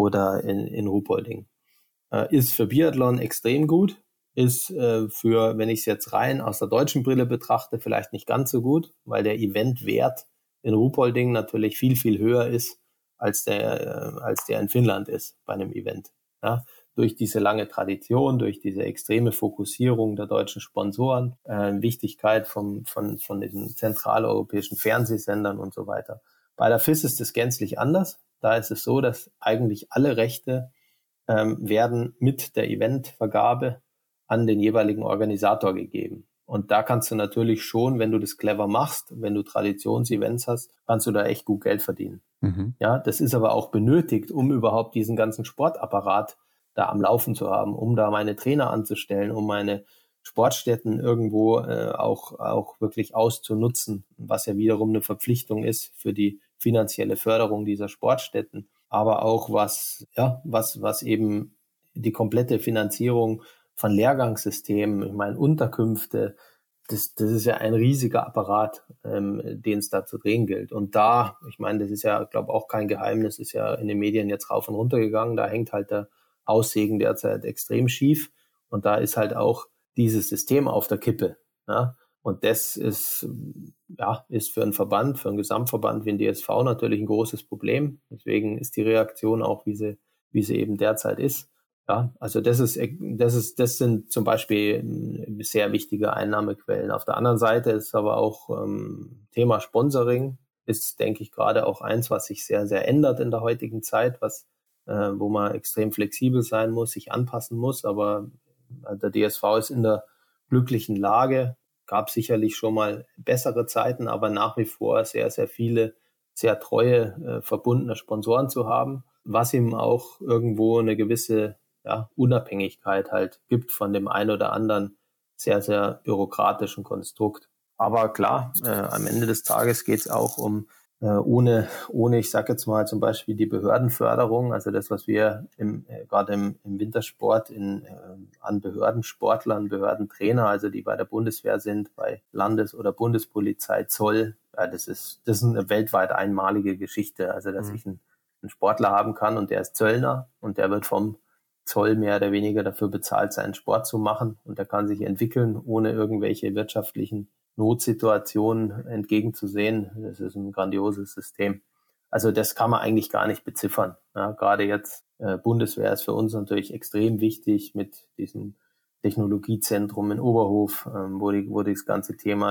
in Ruhpolding. Ist für Biathlon extrem gut. Ist für, wenn ich es jetzt rein aus der deutschen Brille betrachte, vielleicht nicht ganz so gut, weil der Eventwert in Ruhpolding natürlich viel, viel höher ist, als der in Finnland ist bei einem Event. Ja? Durch diese lange Tradition, durch diese extreme Fokussierung der deutschen Sponsoren, Wichtigkeit von diesen zentraleuropäischen Fernsehsendern und so weiter. Bei der FIS ist es gänzlich anders. Da ist es so, dass eigentlich alle Rechte werden mit der Eventvergabe an den jeweiligen Organisator gegeben. Und da kannst du natürlich schon, wenn du das clever machst, wenn du Traditionsevents hast, kannst du da echt gut Geld verdienen. Ja, das ist aber auch benötigt, um überhaupt diesen ganzen Sportapparat da am Laufen zu haben, um da meine Trainer anzustellen, um meine Sportstätten irgendwo auch wirklich auszunutzen, was ja wiederum eine Verpflichtung ist für die finanzielle Förderung dieser Sportstätten, aber auch was eben die komplette Finanzierung von Lehrgangssystemen, ich meine Unterkünfte, das ist ja ein riesiger Apparat, den es da zu drehen gilt. Und da, ich meine, das ist ja, glaube auch kein Geheimnis, ist ja in den Medien jetzt rauf und runter gegangen, da hängt halt der Aussegen derzeit extrem schief und da ist halt auch dieses System auf der Kippe. Ja? Und das ist für einen Verband, für einen Gesamtverband wie den DSV natürlich ein großes Problem. Deswegen ist die Reaktion auch, wie sie eben derzeit ist. Ja, also das sind zum Beispiel sehr wichtige Einnahmequellen. Auf der anderen Seite ist aber auch Thema Sponsoring ist, denke ich, gerade auch eins, was sich sehr, sehr ändert in der heutigen Zeit, wo man extrem flexibel sein muss, sich anpassen muss. Aber der DSV ist in der glücklichen Lage, gab sicherlich schon mal bessere Zeiten, aber nach wie vor sehr, sehr viele, sehr treue, verbundene Sponsoren zu haben, was ihm auch irgendwo eine gewisse Unabhängigkeit halt gibt von dem ein oder anderen sehr, sehr bürokratischen Konstrukt. Aber klar, am Ende des Tages geht es auch um ohne, ich sage jetzt mal zum Beispiel die Behördenförderung, also das, was wir gerade im Wintersport an Behördensportlern, Behördentrainer, also die bei der Bundeswehr sind, bei Landes- oder Bundespolizei, Zoll, das ist eine weltweit einmalige Geschichte, also dass ich einen Sportler haben kann und der ist Zöllner und der wird vom Zoll mehr oder weniger dafür bezahlt, seinen Sport zu machen und der kann sich entwickeln, ohne irgendwelche wirtschaftlichen Notsituationen entgegenzusehen. Das ist ein grandioses System. Also das kann man eigentlich gar nicht beziffern. Ja, gerade jetzt Bundeswehr ist für uns natürlich extrem wichtig mit diesem Technologiezentrum in Oberhof, wo das ganze Thema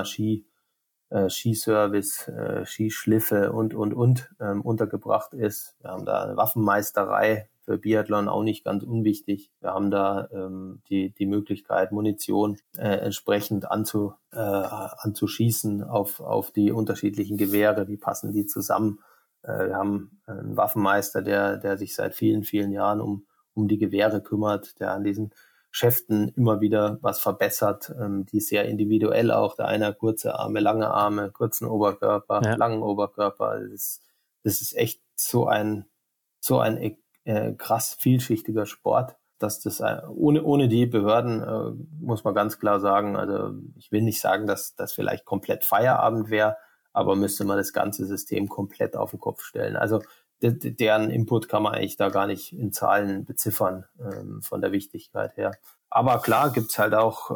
Skiservice, Skischliffe und untergebracht ist. Wir haben da eine Waffenmeisterei für Biathlon auch nicht ganz unwichtig. Wir haben da die Möglichkeit, Munition entsprechend anzuschießen auf die unterschiedlichen Gewehre. Wie passen die zusammen? Wir haben einen Waffenmeister, der sich seit vielen, vielen Jahren um die Gewehre kümmert, der an diesen Schäften immer wieder was verbessert, die sehr individuell auch. Der eine kurze Arme, lange Arme, kurzen Oberkörper, langen Oberkörper. Das ist echt so ein krass vielschichtiger Sport. dass das ohne die Behörden, muss man ganz klar sagen, also ich will nicht sagen, dass das vielleicht komplett Feierabend wäre, aber müsste man das ganze System komplett auf den Kopf stellen. Also deren Input kann man eigentlich da gar nicht in Zahlen beziffern, von der Wichtigkeit her. Aber klar gibt's halt auch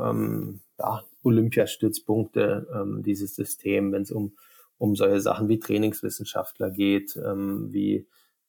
Olympiastützpunkte, dieses System, wenn es um solche Sachen wie Trainingswissenschaftler geht, wie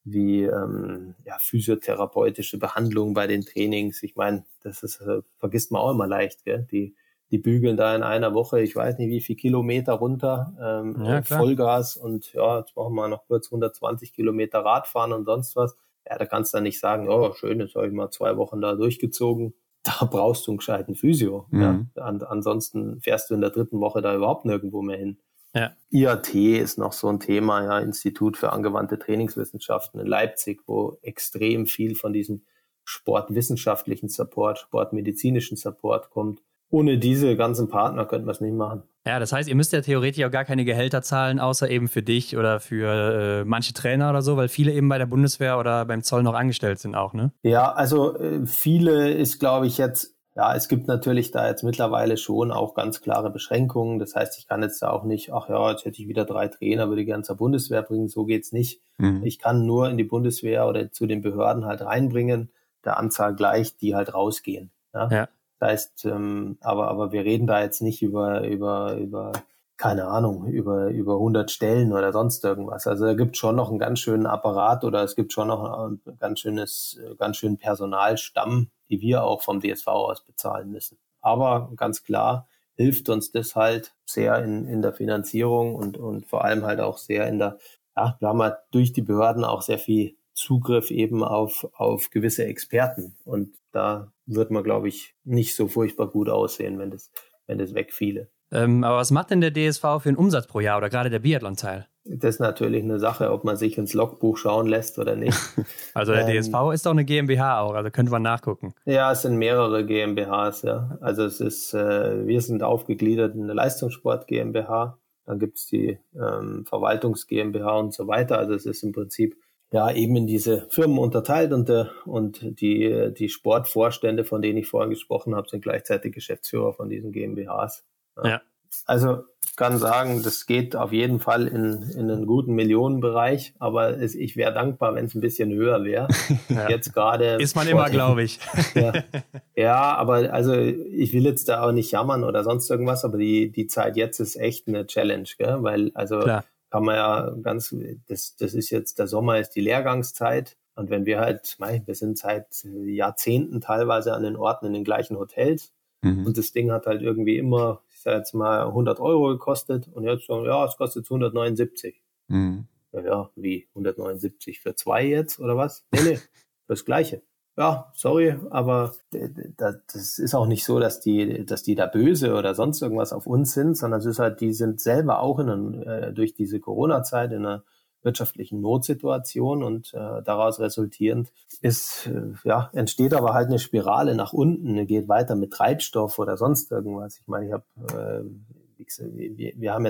physiotherapeutische Behandlung bei den Trainings. Ich meine, das ist vergisst man auch immer leicht, gell? Die bügeln da in einer Woche, ich weiß nicht wie viel Kilometer runter, Vollgas und jetzt machen wir noch kurz 120 Kilometer Radfahren und sonst was. Ja, da kannst du dann nicht sagen, schön, jetzt habe ich mal 2 Wochen da durchgezogen. Da brauchst du einen gescheiten Physio. Ja. Ansonsten fährst du in der 3. Woche da überhaupt nirgendwo mehr hin. Ja. IAT ist noch so ein Thema, ja, Institut für angewandte Trainingswissenschaften in Leipzig, wo extrem viel von diesem sportwissenschaftlichen Support, sportmedizinischen Support kommt. Ohne diese ganzen Partner könnten wir es nicht machen. Ja, das heißt, ihr müsst ja theoretisch auch gar keine Gehälter zahlen, außer eben für dich oder für manche Trainer oder so, weil viele eben bei der Bundeswehr oder beim Zoll noch angestellt sind auch, ne? Ja, also viele ist, glaube ich, jetzt, es gibt natürlich da jetzt mittlerweile schon auch ganz klare Beschränkungen. Das heißt, ich kann jetzt da auch nicht, jetzt hätte ich wieder 3 Trainer, würde ich gerne zur Bundeswehr bringen. So geht's nicht. Ich kann nur in die Bundeswehr oder zu den Behörden halt reinbringen, der Anzahl gleich, die halt rausgehen. Ja. Das heißt, aber wir reden da jetzt nicht über keine Ahnung, über 100 Stellen oder sonst irgendwas. Also da gibt es schon noch einen ganz schönen Apparat oder es gibt schon noch einen ganz schönen Personalstamm, die wir auch vom DSV aus bezahlen müssen. Aber ganz klar hilft uns das halt sehr in der Finanzierung und vor allem halt auch sehr wir haben halt durch die Behörden auch sehr viel Zugriff eben auf gewisse Experten. Und da wird man, glaube ich, nicht so furchtbar gut aussehen, wenn das wegfiele. Aber was macht denn der DSV für einen Umsatz pro Jahr oder gerade der Biathlon-Teil? Das ist natürlich eine Sache, ob man sich ins Logbuch schauen lässt oder nicht. Also der DSV ist doch eine GmbH auch, also könnte man nachgucken. Ja, es sind mehrere GmbHs, ja. Also es ist, wir sind aufgegliedert in eine Leistungssport GmbH, dann gibt es die Verwaltungs GmbH und so weiter. Also es ist im Prinzip eben in diese Firmen unterteilt und die Sportvorstände, von denen ich vorhin gesprochen habe, sind gleichzeitig Geschäftsführer von diesen GmbHs. Ja. Also kann sagen, das geht auf jeden Fall in einen guten Millionenbereich, aber ich wäre dankbar, wenn es ein bisschen höher wäre. Jetzt gerade ist man immer, glaube ich. Aber also ich will jetzt da auch nicht jammern oder sonst irgendwas, aber die Zeit jetzt ist echt eine Challenge, gell? Weil Klar. Kann man das ist jetzt, der Sommer ist die Lehrgangszeit und wenn wir halt, wir sind seit Jahrzehnten teilweise an den Orten in den gleichen Hotels und das Ding hat halt irgendwie immer, ich sag jetzt mal 100 € gekostet und jetzt sagen, es kostet 179. Ja, wie 179 für 2 jetzt oder was? Nee, das Gleiche. Ja, sorry, aber das ist auch nicht so, dass die da böse oder sonst irgendwas auf uns sind, sondern es ist halt, die sind selber auch durch diese Corona-Zeit in einer wirtschaftlichen Notsituation und daraus resultierend entsteht aber halt eine Spirale nach unten, geht weiter mit Treibstoff oder sonst irgendwas. Ich meine, wir haben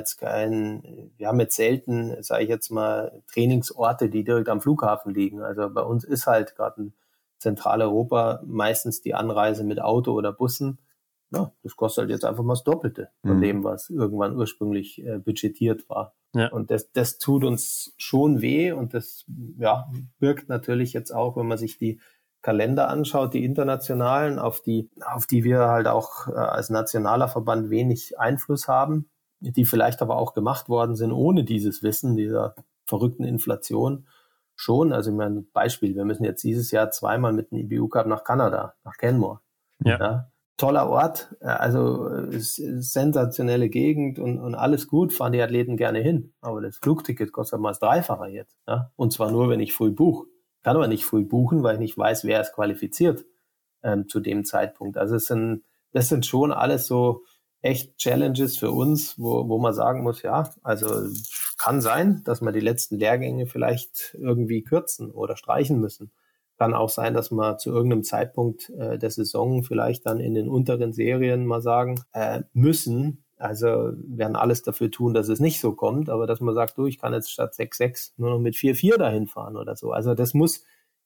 jetzt selten, sage ich jetzt mal, Trainingsorte, die direkt am Flughafen liegen. Also bei uns ist halt gerade in Zentraleuropa meistens die Anreise mit Auto oder Bussen. Ja, das kostet halt jetzt einfach mal das Doppelte von dem, was irgendwann ursprünglich budgetiert war. Ja. Und das tut uns schon weh und das birgt natürlich jetzt auch, wenn man sich die Kalender anschaut, die internationalen, auf die wir halt auch als nationaler Verband wenig Einfluss haben, die vielleicht aber auch gemacht worden sind ohne dieses Wissen dieser verrückten Inflation schon. Also ein Beispiel, wir müssen jetzt dieses Jahr 2-mal mit dem IBU Cup nach Kanada, nach Canmore. Ja. Toller Ort, also sensationelle Gegend und alles gut, fahren die Athleten gerne hin. Aber das Flugticket kostet mal das Dreifache jetzt. Ja? Und zwar nur, wenn ich früh buche. Kann aber nicht früh buchen, weil ich nicht weiß, wer ist qualifiziert zu dem Zeitpunkt. Also das sind schon alles so echt Challenges für uns, wo man sagen muss, also kann sein, dass wir die letzten Lehrgänge vielleicht irgendwie kürzen oder streichen müssen. Kann auch sein, dass wir zu irgendeinem Zeitpunkt der Saison vielleicht dann in den unteren Serien mal sagen müssen, also werden alles dafür tun, dass es nicht so kommt, aber dass man sagt, ich kann jetzt statt 6,6 nur noch mit 4,4 dahin fahren oder so. Also das muss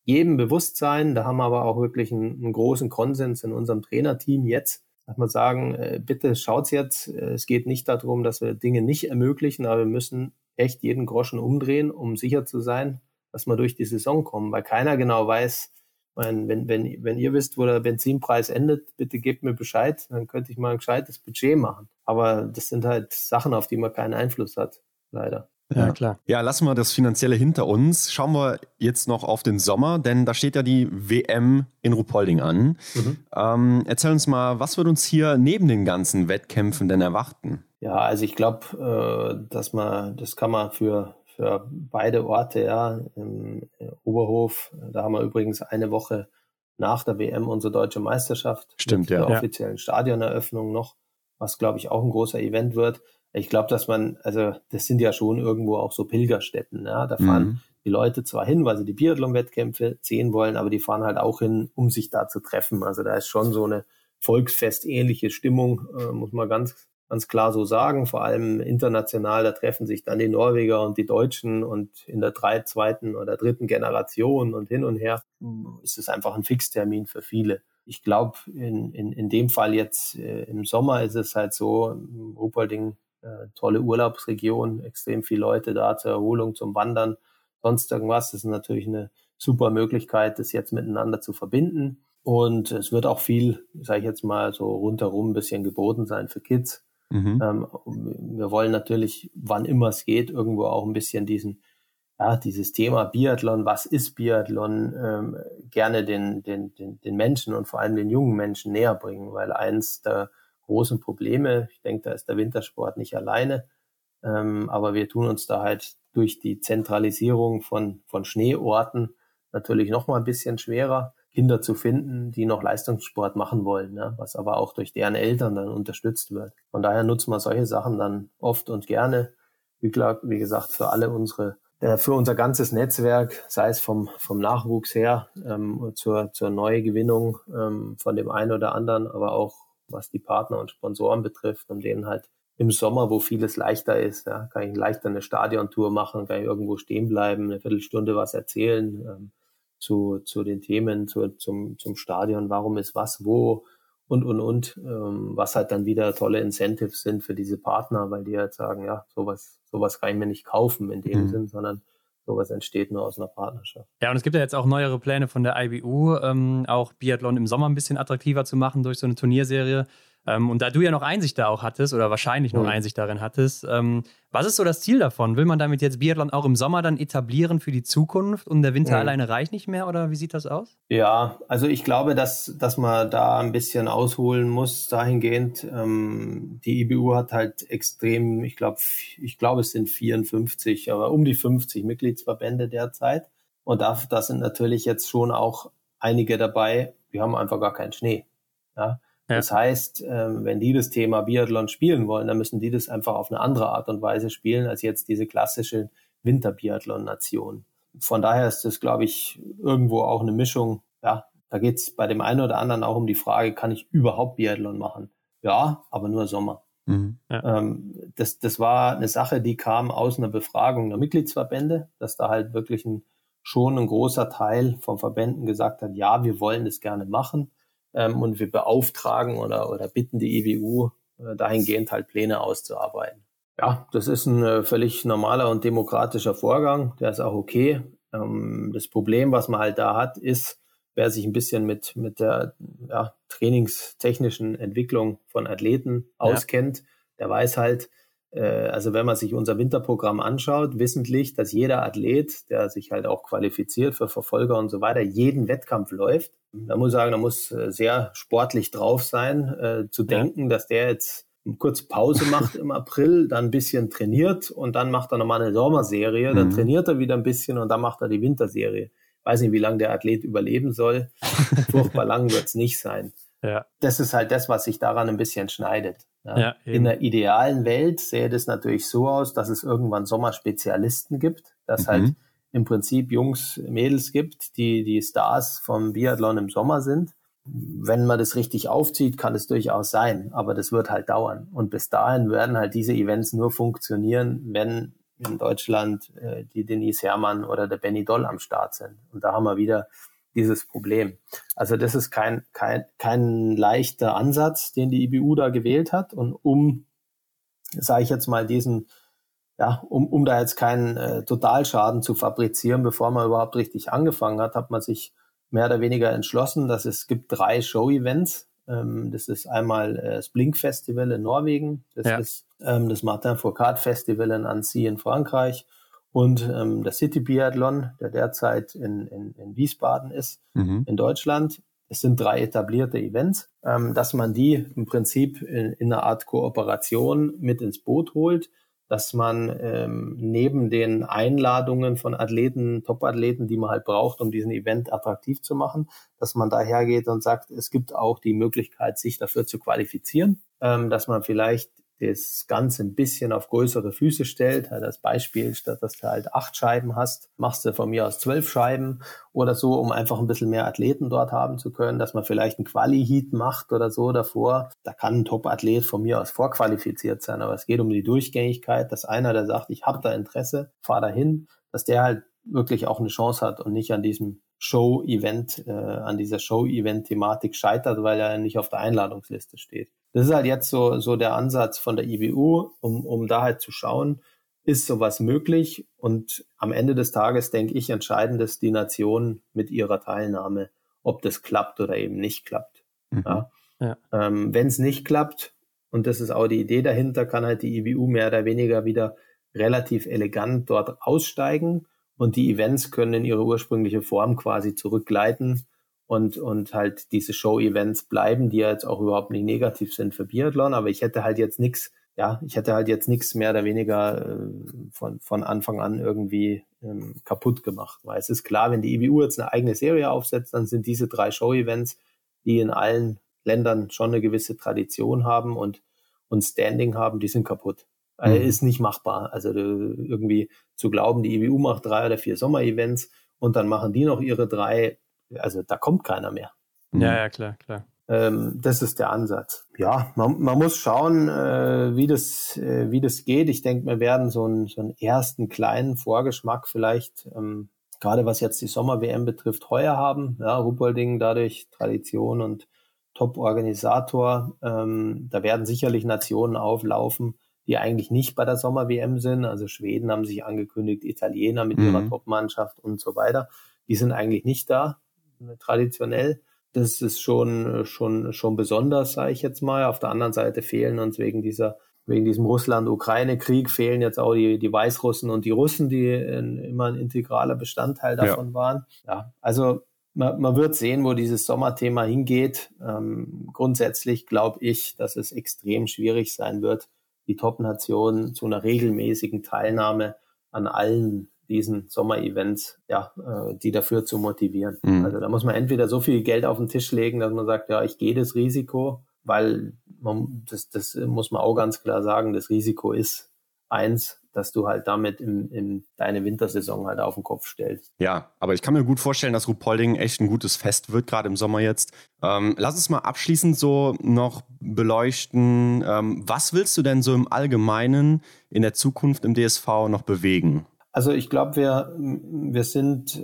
jedem bewusst sein. Da haben wir aber auch wirklich einen großen Konsens in unserem Trainerteam jetzt, dass wir sagen, bitte schaut's jetzt. Es geht nicht darum, dass wir Dinge nicht ermöglichen, aber wir müssen echt jeden Groschen umdrehen, um sicher zu sein, dass wir durch die Saison kommen, weil keiner genau weiß, wenn ihr wisst, wo der Benzinpreis endet, bitte gebt mir Bescheid, dann könnte ich mal ein gescheites Budget machen. Aber das sind halt Sachen, auf die man keinen Einfluss hat, leider. Ja, klar. Ja, lassen wir das Finanzielle hinter uns. Schauen wir jetzt noch auf den Sommer, denn da steht ja die WM in Ruhpolding an. Erzähl uns mal, was wird uns hier neben den ganzen Wettkämpfen denn erwarten? Ja, also ich glaube, das kann man für beide Orte, ja, im Oberhof, da haben wir übrigens eine Woche nach der WM unsere deutsche Meisterschaft. Stimmt, mit der offiziellen Stadioneröffnung noch, was, glaube ich, auch ein großer Event wird. Ich glaube, das sind ja schon irgendwo auch so Pilgerstätten, ja, da fahren die Leute zwar hin, weil sie die Biathlon-Wettkämpfe sehen wollen, aber die fahren halt auch hin, um sich da zu treffen. Also da ist schon so eine volksfestähnliche Stimmung, muss man ganz klar so sagen, vor allem international, da treffen sich dann die Norweger und die Deutschen und in der zweiten oder dritten Generation und hin und her ist es einfach ein Fixtermin für viele. Ich glaube, in dem Fall jetzt im Sommer ist es halt so, Ruhpolding, tolle Urlaubsregion, extrem viele Leute da zur Erholung, zum Wandern, sonst irgendwas. Das ist natürlich eine super Möglichkeit, das jetzt miteinander zu verbinden. Und es wird auch viel, sage ich jetzt mal, so rundherum ein bisschen geboten sein für Kids. Wir wollen natürlich, wann immer es geht, irgendwo auch ein bisschen dieses Thema Biathlon, was ist Biathlon, gerne den Menschen und vor allem den jungen Menschen näher bringen, weil eins der großen Probleme, ich denke, da ist der Wintersport nicht alleine, aber wir tun uns da halt durch die Zentralisierung von Schneeorten natürlich noch mal ein bisschen schwerer, Kinder zu finden, die noch Leistungssport machen wollen, ne? Was aber auch durch deren Eltern dann unterstützt wird. Von daher nutzen wir solche Sachen dann oft und gerne, wie gesagt, für unser ganzes Netzwerk, sei es vom Nachwuchs her, zur Neugewinnung von dem einen oder anderen, aber auch was die Partner und Sponsoren betrifft, um denen halt im Sommer, wo vieles leichter ist, ja, kann ich leichter eine Stadiontour machen, kann ich irgendwo stehen bleiben, eine Viertelstunde was erzählen, zu den Themen, zum Stadion, warum ist was, wo und, was halt dann wieder tolle Incentives sind für diese Partner, weil die halt sagen, ja, sowas kann ich mir nicht kaufen in dem Sinn, sondern sowas entsteht nur aus einer Partnerschaft. Ja, und es gibt ja jetzt auch neuere Pläne von der IBU, auch Biathlon im Sommer ein bisschen attraktiver zu machen durch so eine Turnierserie. Und da du ja noch Einsicht da auch hattest oder wahrscheinlich noch Einsicht darin hattest, was ist so das Ziel davon? Will man damit jetzt Biathlon auch im Sommer dann etablieren für die Zukunft und der Winter alleine reicht nicht mehr oder wie sieht das aus? Ja, also ich glaube, dass man da ein bisschen ausholen muss dahingehend. Die IBU hat halt extrem, ich glaube, es sind 54, aber um die 50 Mitgliedsverbände derzeit. Und da sind natürlich jetzt schon auch einige dabei, die haben einfach gar keinen Schnee. Ja. Das heißt, wenn die das Thema Biathlon spielen wollen, dann müssen die das einfach auf eine andere Art und Weise spielen, als jetzt diese klassische Winterbiathlon-Nation. Von daher ist das, glaube ich, irgendwo auch eine Mischung. Ja, da geht es bei dem einen oder anderen auch um die Frage, kann ich überhaupt Biathlon machen? Ja, aber nur Sommer. Das war eine Sache, die kam aus einer Befragung der Mitgliedsverbände, dass da halt wirklich schon ein großer Teil von Verbänden gesagt hat, ja, wir wollen das gerne machen. Und wir beauftragen oder bitten die IBU dahingehend halt Pläne auszuarbeiten. Ja, das ist ein völlig normaler und demokratischer Vorgang, der ist auch okay. Das Problem, was man halt da hat, ist, wer sich ein bisschen mit der trainingstechnischen Entwicklung von Athleten auskennt, der weiß halt, also wenn man sich unser Winterprogramm anschaut, wissentlich, dass jeder Athlet, der sich halt auch qualifiziert für Verfolger und so weiter, jeden Wettkampf läuft. Da muss ich sagen, da muss sehr sportlich drauf sein, zu denken, dass der jetzt kurz Pause macht im April, dann ein bisschen trainiert und dann macht er nochmal eine Sommerserie, dann trainiert er wieder ein bisschen und dann macht er die Winterserie. Ich weiß nicht, wie lange der Athlet überleben soll. Furchtbar lang wird es nicht sein. Ja. Das ist halt das, was sich daran ein bisschen schneidet. Ja, in der idealen Welt sähe das natürlich so aus, dass es irgendwann Sommerspezialisten gibt, dass halt im Prinzip Jungs, Mädels gibt, die Stars vom Biathlon im Sommer sind. Wenn man das richtig aufzieht, kann es durchaus sein, aber das wird halt dauern. Und bis dahin werden halt diese Events nur funktionieren, wenn in Deutschland die Denise Herrmann oder der Benny Doll am Start sind. Und da haben wir wieder dieses Problem. Also das ist kein leichter Ansatz, den die IBU da gewählt hat. Und sage ich jetzt mal, um da jetzt keinen Totalschaden zu fabrizieren, bevor man überhaupt richtig angefangen hat man sich mehr oder weniger entschlossen, dass es gibt 3 Show-Events. Das ist einmal das Blink-Festival in Norwegen, das ist das Martin Fourcade Festival in Annecy in Frankreich und der City Biathlon, der derzeit in Wiesbaden ist, in Deutschland. Es sind 3 etablierte Events, dass man die im Prinzip in einer Art Kooperation mit ins Boot holt, dass man neben den Einladungen von Athleten, Top-Athleten, die man halt braucht, um diesen Event attraktiv zu machen, dass man da hergeht und sagt, es gibt auch die Möglichkeit, sich dafür zu qualifizieren, dass man vielleicht das Ganze ein bisschen auf größere Füße stellt. Als Beispiel, statt dass du halt 8 Scheiben hast, machst du von mir aus 12 Scheiben oder so, um einfach ein bisschen mehr Athleten dort haben zu können, dass man vielleicht einen Quali-Heat macht oder so davor. Da kann ein Top-Athlet von mir aus vorqualifiziert sein, aber es geht um die Durchgängigkeit, dass einer, der sagt, ich habe da Interesse, fahr dahin, dass der halt wirklich auch eine Chance hat und nicht an diesem Show-Event, an dieser Show-Event-Thematik scheitert, weil er nicht auf der Einladungsliste steht. Das ist halt jetzt so der Ansatz von der IBU, um da halt zu schauen, ist sowas möglich? Und am Ende des Tages, denke ich, entscheiden das die Nationen mit ihrer Teilnahme, ob das klappt oder eben nicht klappt. Ja. Wenn es nicht klappt, und das ist auch die Idee dahinter, kann halt die IBU mehr oder weniger wieder relativ elegant dort aussteigen und die Events können in ihre ursprüngliche Form quasi zurückgleiten und halt diese Show-Events bleiben, die ja jetzt auch überhaupt nicht negativ sind für Biathlon, aber ich hätte halt jetzt nichts mehr oder weniger von Anfang an irgendwie kaputt gemacht, weil es ist klar, wenn die IBU jetzt eine eigene Serie aufsetzt, dann sind diese 3 Show-Events, die in allen Ländern schon eine gewisse Tradition haben und Standing haben, die sind kaputt. Ist nicht machbar. Also irgendwie zu glauben, die IBU macht 3 oder 4 Sommer-Events und dann machen die noch ihre 3, also da kommt keiner mehr. Ja, klar. Das ist der Ansatz. Ja, man muss schauen, wie das geht. Ich denke, wir werden so einen ersten kleinen Vorgeschmack vielleicht, gerade was jetzt die Sommer-WM betrifft, heuer haben. Ja, Ruhpolding dadurch Tradition und Top-Organisator. Da werden sicherlich Nationen auflaufen, die eigentlich nicht bei der Sommer-WM sind. Also Schweden haben sich angekündigt, Italiener mit ihrer Top-Mannschaft und so weiter. Die sind eigentlich nicht da, traditionell. Das ist schon besonders, sage ich jetzt mal. Auf der anderen Seite fehlen uns wegen diesem Russland-Ukraine-Krieg fehlen jetzt auch die Weißrussen und die Russen, die immer ein integraler Bestandteil davon waren. Ja, also man wird sehen, wo dieses Sommerthema hingeht. Grundsätzlich glaube ich, dass es extrem schwierig sein wird, die Top-Nationen zu einer regelmäßigen Teilnahme an allen diesen Sommer-Events, die dafür zu motivieren. Also da muss man entweder so viel Geld auf den Tisch legen, dass man sagt, ja, ich gehe das Risiko, weil das muss man auch ganz klar sagen, das Risiko ist eins, dass du halt damit deine Wintersaison halt auf den Kopf stellst. Ja, aber ich kann mir gut vorstellen, dass Ruhpolding echt ein gutes Fest wird, gerade im Sommer jetzt. Lass uns mal abschließend so noch beleuchten, was willst du denn so im Allgemeinen in der Zukunft im DSV noch bewegen? Also ich glaube, wir sind,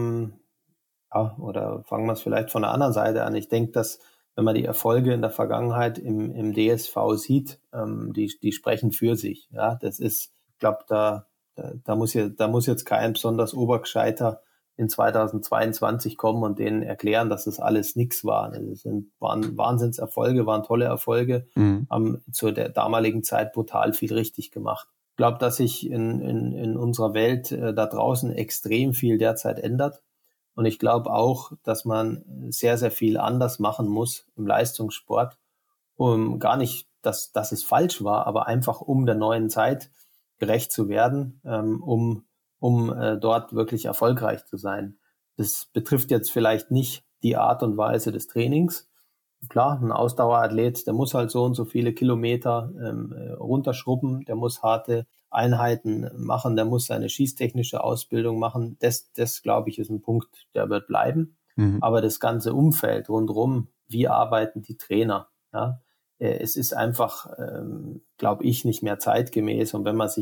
oder fangen wir es vielleicht von der anderen Seite an. Ich denke, dass wenn man die Erfolge in der Vergangenheit im DSV sieht, die sprechen für sich. Ja, das ist, ich glaube, da muss jetzt kein besonders Obergescheiter in 2022 kommen und denen erklären, dass das alles nichts war. Das waren Wahnsinnserfolge, waren tolle Erfolge, haben zu der damaligen Zeit brutal viel richtig gemacht. Ich glaube, dass sich in unserer Welt da draußen extrem viel derzeit ändert. Und ich glaube auch, dass man sehr, sehr viel anders machen muss im Leistungssport. Gar nicht, dass es falsch war, aber einfach um der neuen Zeit gerecht zu werden, um dort wirklich erfolgreich zu sein. Das betrifft jetzt vielleicht nicht die Art und Weise des Trainings. Klar, ein Ausdauerathlet, der muss halt so und so viele Kilometer runterschrubben, der muss harte Einheiten machen, der muss seine schießtechnische Ausbildung machen. Das glaube ich, ist ein Punkt, der wird bleiben. Aber das ganze Umfeld rundherum, wie arbeiten die Trainer? Ja? Es ist einfach, glaube ich, nicht mehr zeitgemäß. Und wenn man sich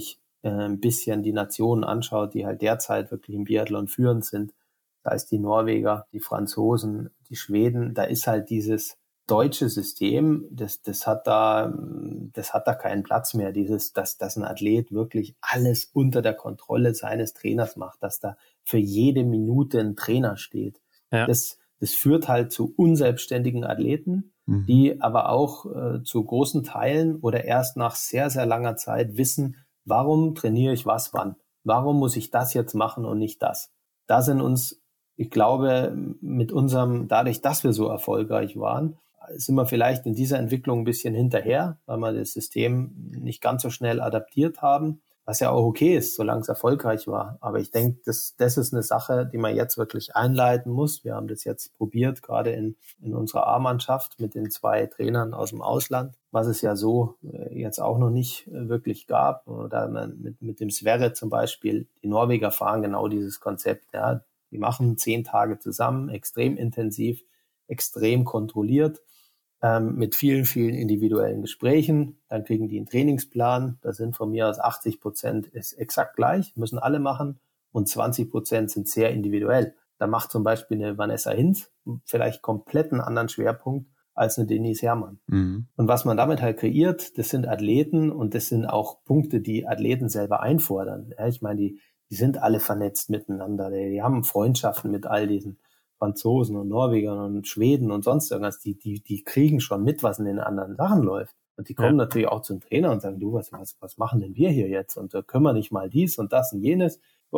ein bisschen die Nationen anschaut, die halt derzeit wirklich im Biathlon führend sind, da ist die Norweger, die Franzosen, die Schweden, da ist halt dieses deutsche System, das hat da keinen Platz mehr, dass ein Athlet wirklich alles unter der Kontrolle seines Trainers macht, dass da für jede Minute ein Trainer steht. Ja. Das führt halt zu unselbstständigen Athleten, die aber auch zu großen Teilen oder erst nach sehr, sehr langer Zeit wissen, warum trainiere ich was wann? Warum muss ich das jetzt machen und nicht das? Da sind uns, ich glaube, dadurch, dass wir so erfolgreich waren, sind wir vielleicht in dieser Entwicklung ein bisschen hinterher, weil wir das System nicht ganz so schnell adaptiert haben, was ja auch okay ist, solange es erfolgreich war. Aber ich denke, das ist eine Sache, die man jetzt wirklich einleiten muss. Wir haben das jetzt probiert, gerade in unserer A-Mannschaft mit den 2 Trainern aus dem Ausland, was es ja so jetzt auch noch nicht wirklich gab. Oder mit dem Sverre zum Beispiel, die Norweger fahren genau dieses Konzept. Ja. Die machen 10 Tage zusammen, extrem intensiv, extrem kontrolliert, mit vielen, vielen individuellen Gesprächen. Dann kriegen die einen Trainingsplan. Da sind von mir aus 80% ist exakt gleich, müssen alle machen. Und 20% sind sehr individuell. Da macht zum Beispiel eine Vanessa Hinz vielleicht komplett einen anderen Schwerpunkt als eine Denise Herrmann. Mhm. Und was man damit halt kreiert, das sind Athleten und das sind auch Punkte, die Athleten selber einfordern. Ja, ich meine, die sind alle vernetzt miteinander. Die haben Freundschaften mit all diesen Franzosen und Norwegern und Schweden und sonst irgendwas. Die kriegen schon mit, was in den anderen Sachen läuft. Und die kommen natürlich auch zum Trainer und sagen, du, was machen denn wir hier jetzt? Und können wir nicht mal dies und das und jenes?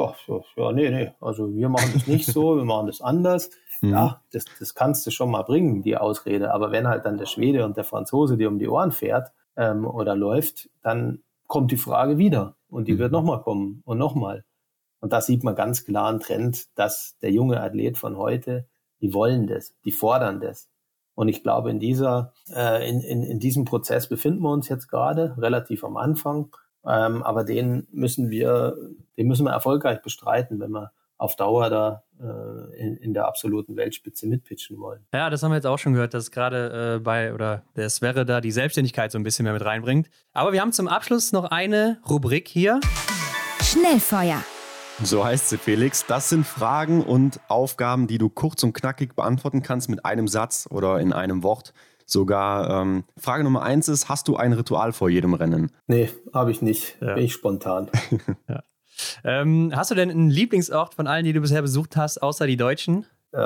Nee. Also wir machen das nicht so, wir machen das anders. Ja, das kannst du schon mal bringen, die Ausrede. Aber wenn halt dann der Schwede und der Franzose dir um die Ohren fährt oder läuft, dann kommt die Frage wieder. Und die wird nochmal kommen und nochmal. Und da sieht man ganz klar einen Trend, dass der junge Athlet von heute, die wollen das, die fordern das. Und ich glaube, in diesem Prozess befinden wir uns jetzt gerade, relativ am Anfang. Aber den müssen wir erfolgreich bestreiten, wenn wir auf Dauer da in der absoluten Weltspitze mitpitchen wollen. Ja, das haben wir jetzt auch schon gehört, dass gerade der Sverre da die Selbstständigkeit so ein bisschen mehr mit reinbringt. Aber wir haben zum Abschluss noch eine Rubrik hier. Schnellfeuer. So heißt sie, Felix. Das sind Fragen und Aufgaben, die du kurz und knackig beantworten kannst mit einem Satz oder in einem Wort. Sogar Frage Nummer 1 ist, hast du ein Ritual vor jedem Rennen? Nee, habe ich nicht. Ja. Bin ich spontan. Ja. Hast du denn einen Lieblingsort von allen, die du bisher besucht hast, außer die Deutschen?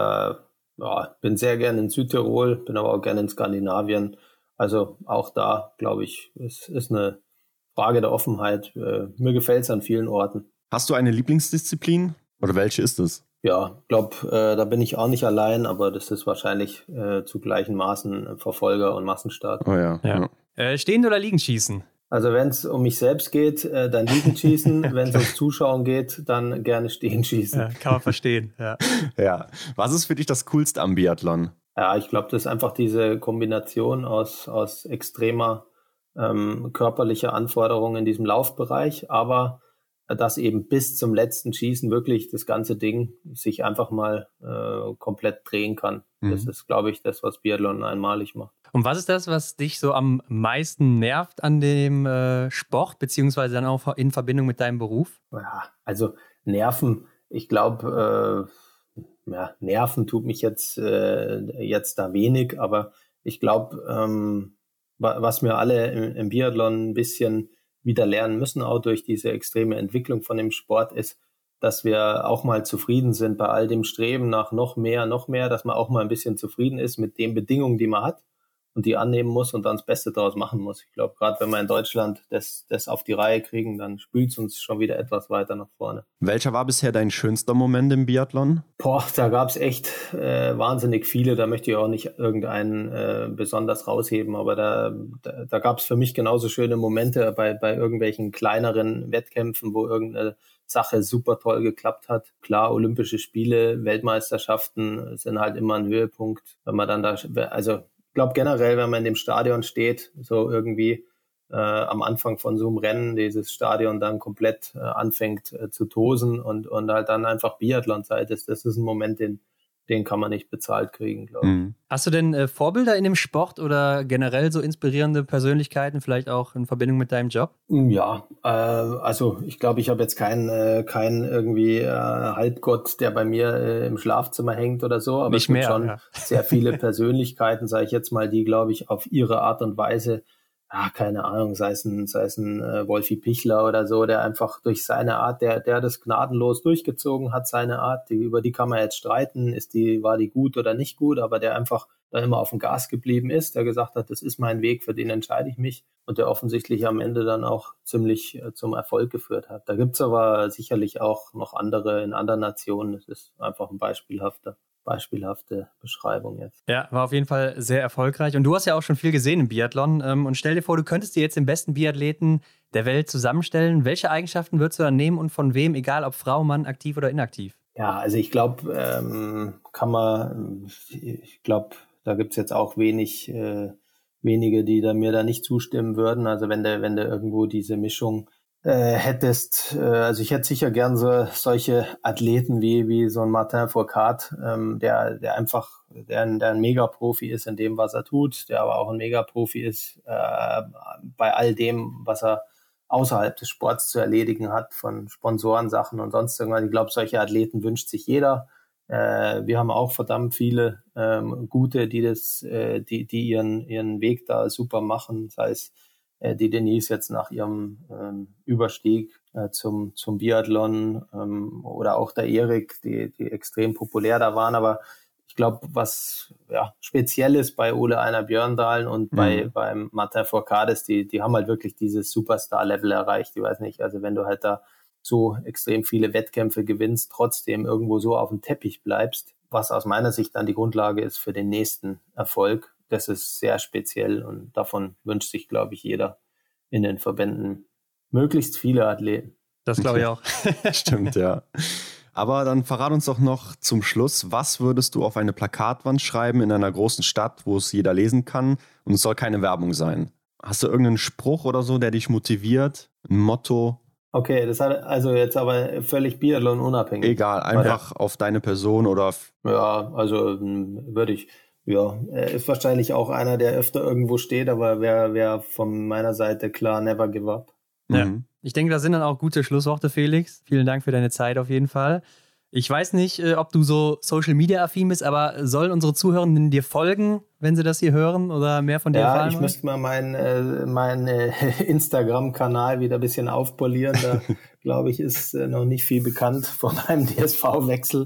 Bin sehr gerne in Südtirol, bin aber auch gerne in Skandinavien. Also auch da, glaube ich, ist eine Frage der Offenheit. Mir gefällt es an vielen Orten. Hast du eine Lieblingsdisziplin oder welche ist es? Ja, ich glaube, da bin ich auch nicht allein, aber das ist wahrscheinlich zu gleichen Maßen Verfolger und Massenstart. Oh ja. Stehen oder liegen schießen? Also wenn es um mich selbst geht, dann liegen schießen. Wenn es ums Zuschauen geht, dann gerne stehen schießen. Ja, kann man verstehen, ja. Ja. Was ist für dich das Coolste am Biathlon? Ja, ich glaube, das ist einfach diese Kombination aus extremer körperlicher Anforderungen in diesem Laufbereich, aber dass eben bis zum letzten Schießen wirklich das ganze Ding sich einfach mal komplett drehen kann. Das ist, glaube ich, das, was Biathlon einmalig macht. Und was ist das, was dich so am meisten nervt an dem Sport, beziehungsweise dann auch in Verbindung mit deinem Beruf? Ja, also Nerven, ich glaube, Nerven tut mich jetzt da wenig, aber ich glaube, was wir alle im Biathlon ein bisschen wieder lernen müssen, auch durch diese extreme Entwicklung von dem Sport, ist, dass wir auch mal zufrieden sind bei all dem Streben nach noch mehr, dass man auch mal ein bisschen zufrieden ist mit den Bedingungen, die man hat und die annehmen muss und dann das Beste daraus machen muss. Ich glaube, gerade wenn wir in Deutschland das auf die Reihe kriegen, dann spült es uns schon wieder etwas weiter nach vorne. Welcher war bisher dein schönster Moment im Biathlon? Da gab es echt wahnsinnig viele. Da möchte ich auch nicht irgendeinen besonders rausheben, aber da gab es für mich genauso schöne Momente bei irgendwelchen kleineren Wettkämpfen, wo irgendeine Sache super toll geklappt hat. Klar, Olympische Spiele, Weltmeisterschaften sind halt immer ein Höhepunkt, wenn man dann ich glaube generell, wenn man in dem Stadion steht, so irgendwie am Anfang von so einem Rennen, dieses Stadion dann komplett anfängt zu tosen und halt dann einfach Biathlon-Zeit ist, das ist ein Moment, den den kann man nicht bezahlt kriegen, glaube ich. Hast du denn Vorbilder in dem Sport oder generell so inspirierende Persönlichkeiten, vielleicht auch in Verbindung mit deinem Job? Ja, also ich glaube, ich habe jetzt keinen irgendwie Halbgott, der bei mir im Schlafzimmer hängt oder so, aber nicht es gibt mehr, schon sehr viele Persönlichkeiten, sage ich jetzt mal, die, glaube ich, auf ihre Art und Weise, keine Ahnung, sei es ein Wolfi Pichler oder so, der einfach durch seine Art, der das gnadenlos durchgezogen hat, seine Art, über die kann man jetzt streiten, war die gut oder nicht gut, aber der einfach da immer auf dem Gas geblieben ist, der gesagt hat, das ist mein Weg, für den entscheide ich mich und der offensichtlich am Ende dann auch ziemlich zum Erfolg geführt hat. Da gibt's aber sicherlich auch noch andere in anderen Nationen, das ist einfach ein beispielhafte Beschreibung jetzt. Ja, war auf jeden Fall sehr erfolgreich. Und du hast ja auch schon viel gesehen im Biathlon. Und stell dir vor, du könntest dir jetzt den besten Biathleten der Welt zusammenstellen. Welche Eigenschaften würdest du dann nehmen und von wem, egal ob Frau, Mann, aktiv oder inaktiv? Ja, also ich glaube, da gibt's jetzt auch wenige, die mir da nicht zustimmen würden. Also wenn du irgendwo diese Mischung hättest, also ich hätte sicher gern solche Athleten wie so ein Martin Fourcade, der ein Mega-Profi ist in dem, was er tut, der aber auch ein Mega-Profi ist bei all dem, was er außerhalb des Sports zu erledigen hat, von Sponsorensachen und sonst irgendwas. Ich glaube, solche Athleten wünscht sich jeder. Wir haben auch verdammt viele gute, die ihren Weg da super machen, sei es die Denise jetzt nach ihrem Überstieg zum Biathlon oder auch der Erik, die extrem populär da waren. Aber ich glaube, was speziell ist bei Ole Einar Björndalen und beim Martin Fourcade ist, die haben halt wirklich dieses Superstar-Level erreicht. Ich weiß nicht, also wenn du halt da so extrem viele Wettkämpfe gewinnst, trotzdem irgendwo so auf dem Teppich bleibst, was aus meiner Sicht dann die Grundlage ist für den nächsten Erfolg. Das ist sehr speziell und davon wünscht sich, glaube ich, jeder in den Verbänden möglichst viele Athleten. Das glaube ich auch. Stimmt, ja. Aber dann verrat uns doch noch zum Schluss, was würdest du auf eine Plakatwand schreiben in einer großen Stadt, wo es jeder lesen kann und es soll keine Werbung sein? Hast du irgendeinen Spruch oder so, der dich motiviert? Ein Motto? Okay, das hat also jetzt aber völlig Biathlon unabhängig. Egal, einfach auf deine Person oder... Ja, also würde ich... Ja, er ist wahrscheinlich auch einer, der öfter irgendwo steht, aber wäre von meiner Seite klar, never give up. Ja. Ich denke, das sind dann auch gute Schlussworte, Felix. Vielen Dank für deine Zeit auf jeden Fall. Ich weiß nicht, ob du so Social-Media-affin bist, aber sollen unsere Zuhörenden dir folgen, wenn sie das hier hören oder mehr von dir erfahren? Ja, ich müsste mal meinen Instagram-Kanal wieder ein bisschen aufpolieren. Da, glaube ich, ist noch nicht viel bekannt von meinem DSV-Wechsel.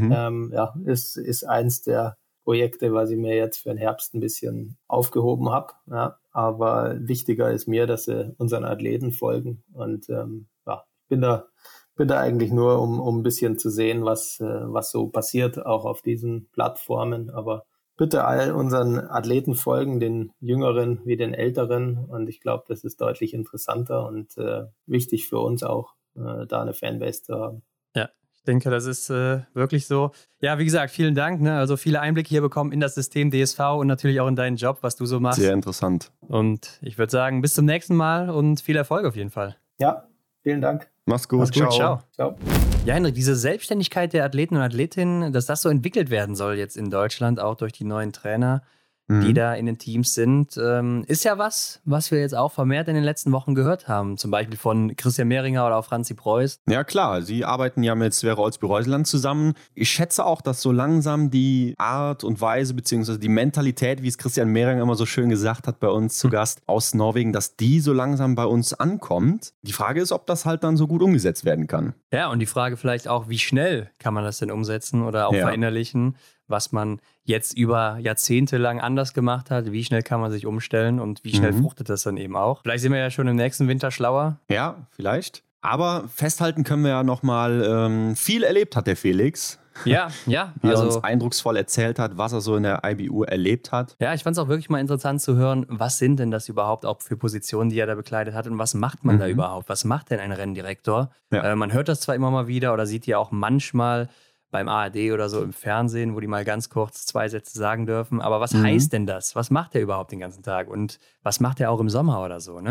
Ist eins der Projekte, was ich mir jetzt für den Herbst ein bisschen aufgehoben habe. Ja. Aber wichtiger ist mir, dass sie unseren Athleten folgen. Und ich bin da eigentlich nur, um ein bisschen zu sehen, was so passiert, auch auf diesen Plattformen. Aber bitte all unseren Athleten folgen, den Jüngeren wie den Älteren. Und ich glaube, das ist deutlich interessanter und wichtig für uns auch, da eine Fanbase zu haben. Ja. Ich denke, das ist wirklich so. Ja, wie gesagt, vielen Dank. Ne? Also viele Einblicke hier bekommen in das System DSV und natürlich auch in deinen Job, was du so machst. Sehr interessant. Und ich würde sagen, bis zum nächsten Mal und viel Erfolg auf jeden Fall. Ja, vielen Dank. Mach's gut. Ciao. Ja, Henrik, diese Selbstständigkeit der Athleten und Athletinnen, dass das so entwickelt werden soll jetzt in Deutschland, auch durch die neuen Trainer, die da in den Teams sind, ist ja was wir jetzt auch vermehrt in den letzten Wochen gehört haben. Zum Beispiel von Christian Mehringer oder auch Franzi Preuß. Ja klar, sie arbeiten ja mit Sverre Olsby-Reuseland zusammen. Ich schätze auch, dass so langsam die Art und Weise bzw. die Mentalität, wie es Christian Mehringer immer so schön gesagt hat bei uns zu Gast aus Norwegen, dass die so langsam bei uns ankommt. Die Frage ist, ob das halt dann so gut umgesetzt werden kann. Ja, und die Frage vielleicht auch, wie schnell kann man das denn umsetzen oder auch verinnerlichen, was man jetzt über Jahrzehnte lang anders gemacht hat, wie schnell kann man sich umstellen und wie schnell fruchtet das dann eben auch. Vielleicht sind wir ja schon im nächsten Winter schlauer. Ja, vielleicht. Aber festhalten können wir ja nochmal, viel erlebt hat der Felix. Ja. Wie er uns eindrucksvoll erzählt hat, was er so in der IBU erlebt hat. Ja, ich fand es auch wirklich mal interessant zu hören, was sind denn das überhaupt auch für Positionen, die er da bekleidet hat und was macht man da überhaupt? Was macht denn ein Renndirektor? Ja. Man hört das zwar immer mal wieder oder sieht ja auch manchmal beim ARD oder so im Fernsehen, wo die mal ganz kurz 2 Sätze sagen dürfen. Aber was heißt denn das? Was macht der überhaupt den ganzen Tag? Und was macht er auch im Sommer oder so, ne?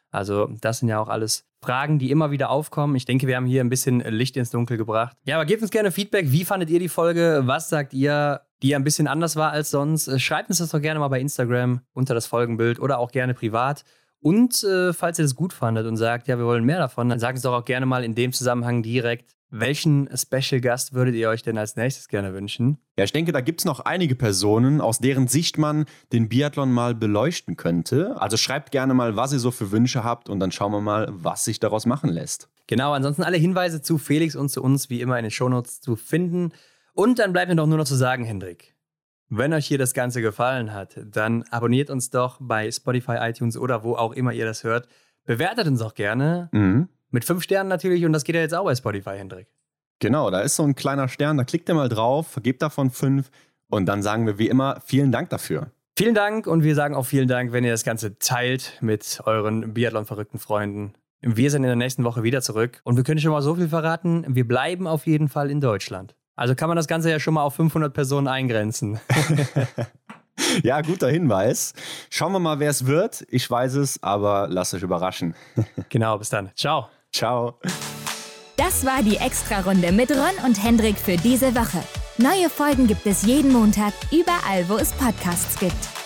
Also das sind ja auch alles Fragen, die immer wieder aufkommen. Ich denke, wir haben hier ein bisschen Licht ins Dunkel gebracht. Ja, aber gebt uns gerne Feedback. Wie fandet ihr die Folge? Was sagt ihr, die ein bisschen anders war als sonst? Schreibt uns das doch gerne mal bei Instagram unter das Folgenbild oder auch gerne privat. Und falls ihr das gut fandet und sagt, ja, wir wollen mehr davon, dann sagt uns doch auch gerne mal in dem Zusammenhang direkt, welchen Special-Gast würdet ihr euch denn als nächstes gerne wünschen? Ja, ich denke, da gibt es noch einige Personen, aus deren Sicht man den Biathlon mal beleuchten könnte. Also schreibt gerne mal, was ihr so für Wünsche habt und dann schauen wir mal, was sich daraus machen lässt. Genau, ansonsten alle Hinweise zu Felix und zu uns wie immer in den Shownotes zu finden. Und dann bleibt mir doch nur noch zu sagen, Hendrik, wenn euch hier das Ganze gefallen hat, dann abonniert uns doch bei Spotify, iTunes oder wo auch immer ihr das hört. Bewertet uns auch gerne. Mit 5 Sternen natürlich und das geht ja jetzt auch bei Spotify, Hendrik. Genau, da ist so ein kleiner Stern, da klickt ihr mal drauf, vergebt davon 5 und dann sagen wir wie immer vielen Dank dafür. Vielen Dank und wir sagen auch vielen Dank, wenn ihr das Ganze teilt mit euren Biathlon-verrückten Freunden. Wir sind in der nächsten Woche wieder zurück und wir können schon mal so viel verraten, wir bleiben auf jeden Fall in Deutschland. Also kann man das Ganze ja schon mal auf 500 Personen eingrenzen. Ja, guter Hinweis. Schauen wir mal, wer es wird. Ich weiß es, aber lasst euch überraschen. Genau, bis dann. Ciao. Ciao. Das war die Extra-Runde mit Ron und Hendrik für diese Woche. Neue Folgen gibt es jeden Montag, überall, wo es Podcasts gibt.